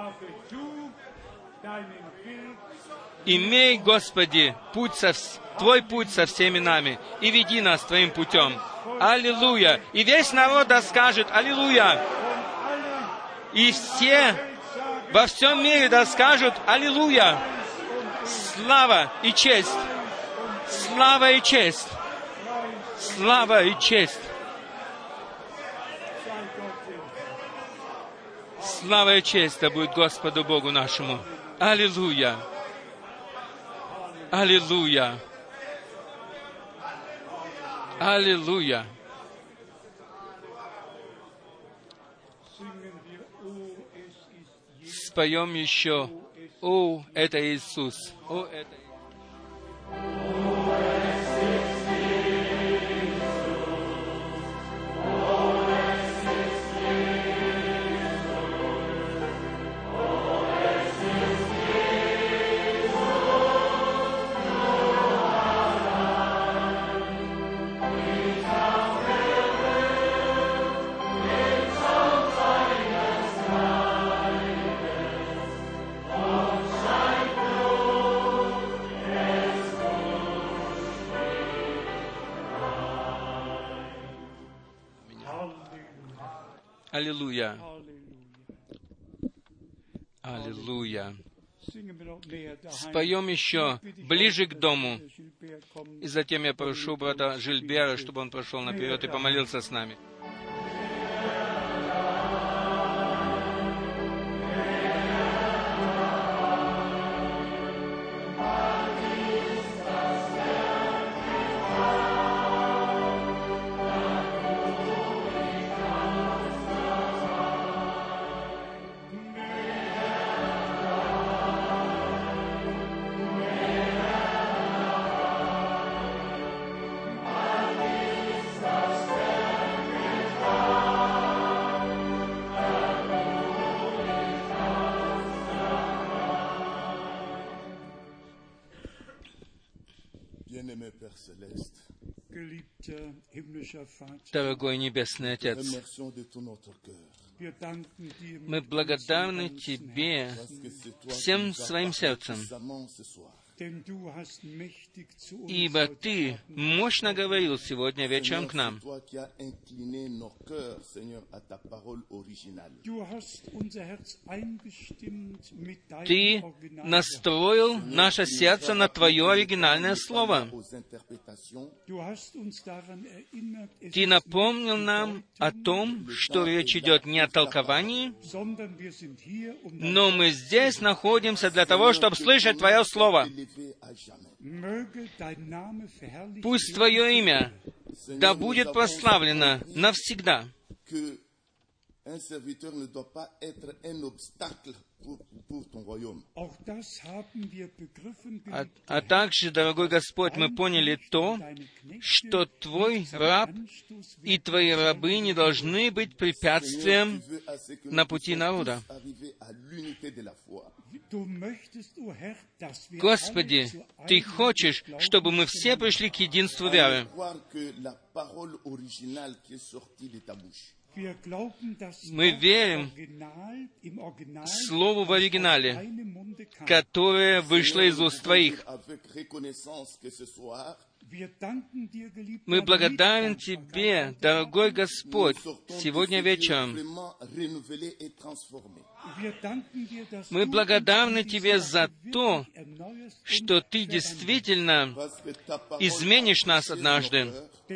A: Имей, Господи, Твой путь со всеми нами, и веди нас Твоим путем. Аллилуйя! И весь народ да скажет Аллилуйя! И все во всем мире да скажут Аллилуйя! Слава и честь! Слава и честь! Слава и честь! Слава и честь да будет Господу Богу нашему! Аллилуйя! Аллилуйя! Аллилуйя! Споем еще: «О, это Иисус! О, это Иисус!» Аллилуйя! Аллилуйя! Споем еще «Ближе к дому». И затем я прошу брата Жильбера, чтобы он прошел наперед и помолился с нами. Дорогой Небесный Отец, мы благодарны Тебе всем своим сердцем ибо Ты мощно говорил сегодня вечером к нам. Ты настроил наше сердце на Твое оригинальное Слово. Ты напомнил нам о том, что речь идет не о толковании, но мы здесь находимся для того, чтобы слышать Твое Слово. Пусть Твое имя да будет прославлено навсегда. А также, дорогой Господь, мы поняли то, что Твой раб и Твои рабы не должны быть препятствием на пути народа. Господи, Ты хочешь, чтобы мы все пришли к единству веры. Мы верим Слову в оригинале, которое вышло из уст Твоих. Мы благодарны Тебе, дорогой Господь, сегодня вечером. Мы благодарны Тебе за то, что Ты действительно изменишь нас однажды,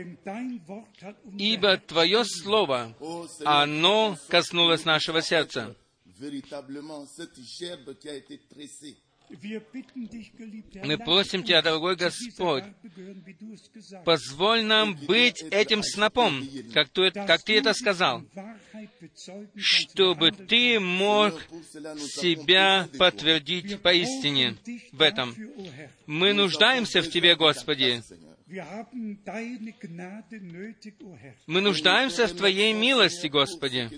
A: ибо Твое Слово, оно коснулось нашего сердца. Мы просим Тебя, дорогой Господь, позволь нам быть этим снопом, как Ты это сказал, чтобы Ты мог себя подтвердить поистине в этом. Мы нуждаемся в Тебе, Господи. Мы нуждаемся в Твоей милости, Господи.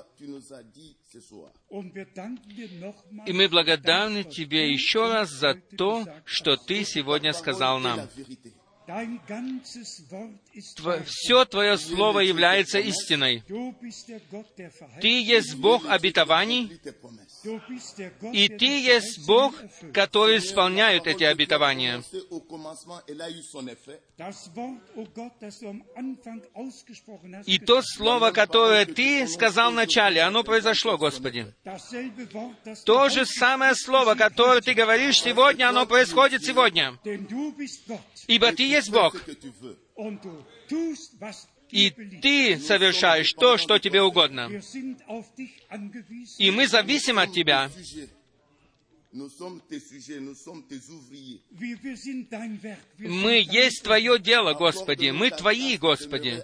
A: И мы благодарны Тебе еще раз за то, что Ты сегодня сказал нам. Все Твое Слово является истиной. Ты есть Бог обетований, и Ты есть Бог, который исполняет эти обетования. И то Слово, которое Ты сказал вначале, оно произошло, Господи. То же самое Слово, которое Ты говоришь сегодня, оно происходит сегодня. Ибо Ты есть Бог. И Ты совершаешь то, что Тебе угодно. И мы зависим от Тебя. Мы есть Твое дело, Господи. Мы Твои, Господи.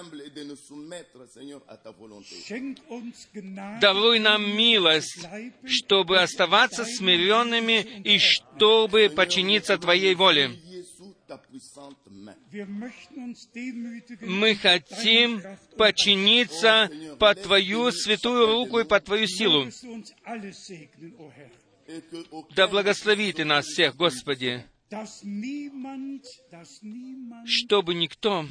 A: Даруй нам милость, чтобы оставаться смиренными и чтобы подчиниться Твоей воле. Мы хотим подчиниться под Твою святую руку и под Твою силу. Да благослови Ты нас всех, Господи, чтобы никто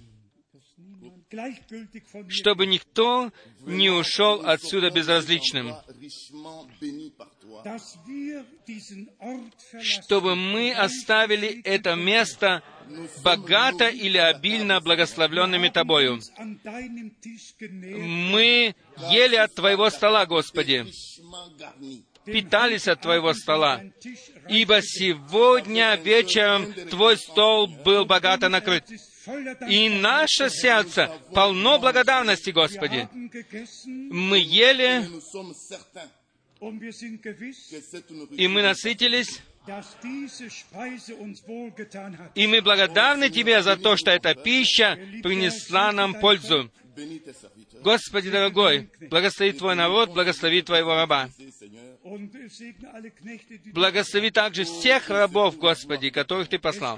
A: не ушел отсюда безразличным, чтобы мы оставили это место богато или обильно благословленными Тобою. Мы ели от Твоего стола, Господи, питались от Твоего стола, ибо сегодня вечером Твой стол был богато накрыт. И наше сердце полно благодарности, Господи. Мы ели, и мы насытились, и мы благодарны Тебе за то, что эта пища принесла нам пользу. Господи дорогой, благослови Твой народ, благослови Твоего раба. Благослови также всех рабов, Господи, которых Ты послал.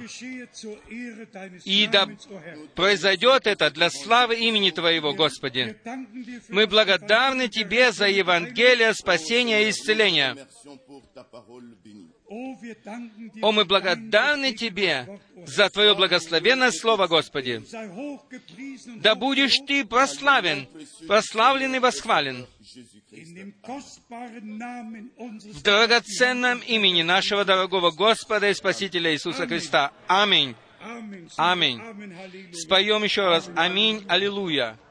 A: И да произойдет это для славы имени Твоего, Господи. Мы благодарны Тебе за Евангелие, спасения и исцеления. О, мы благодарны Тебе за Твое благословенное Слово, Господи. Да будешь Ты прославлен и восхвален в драгоценном имени нашего дорогого Господа и Спасителя Иисуса Христа. Аминь. Аминь. Споем еще раз. Аминь. Аллилуйя.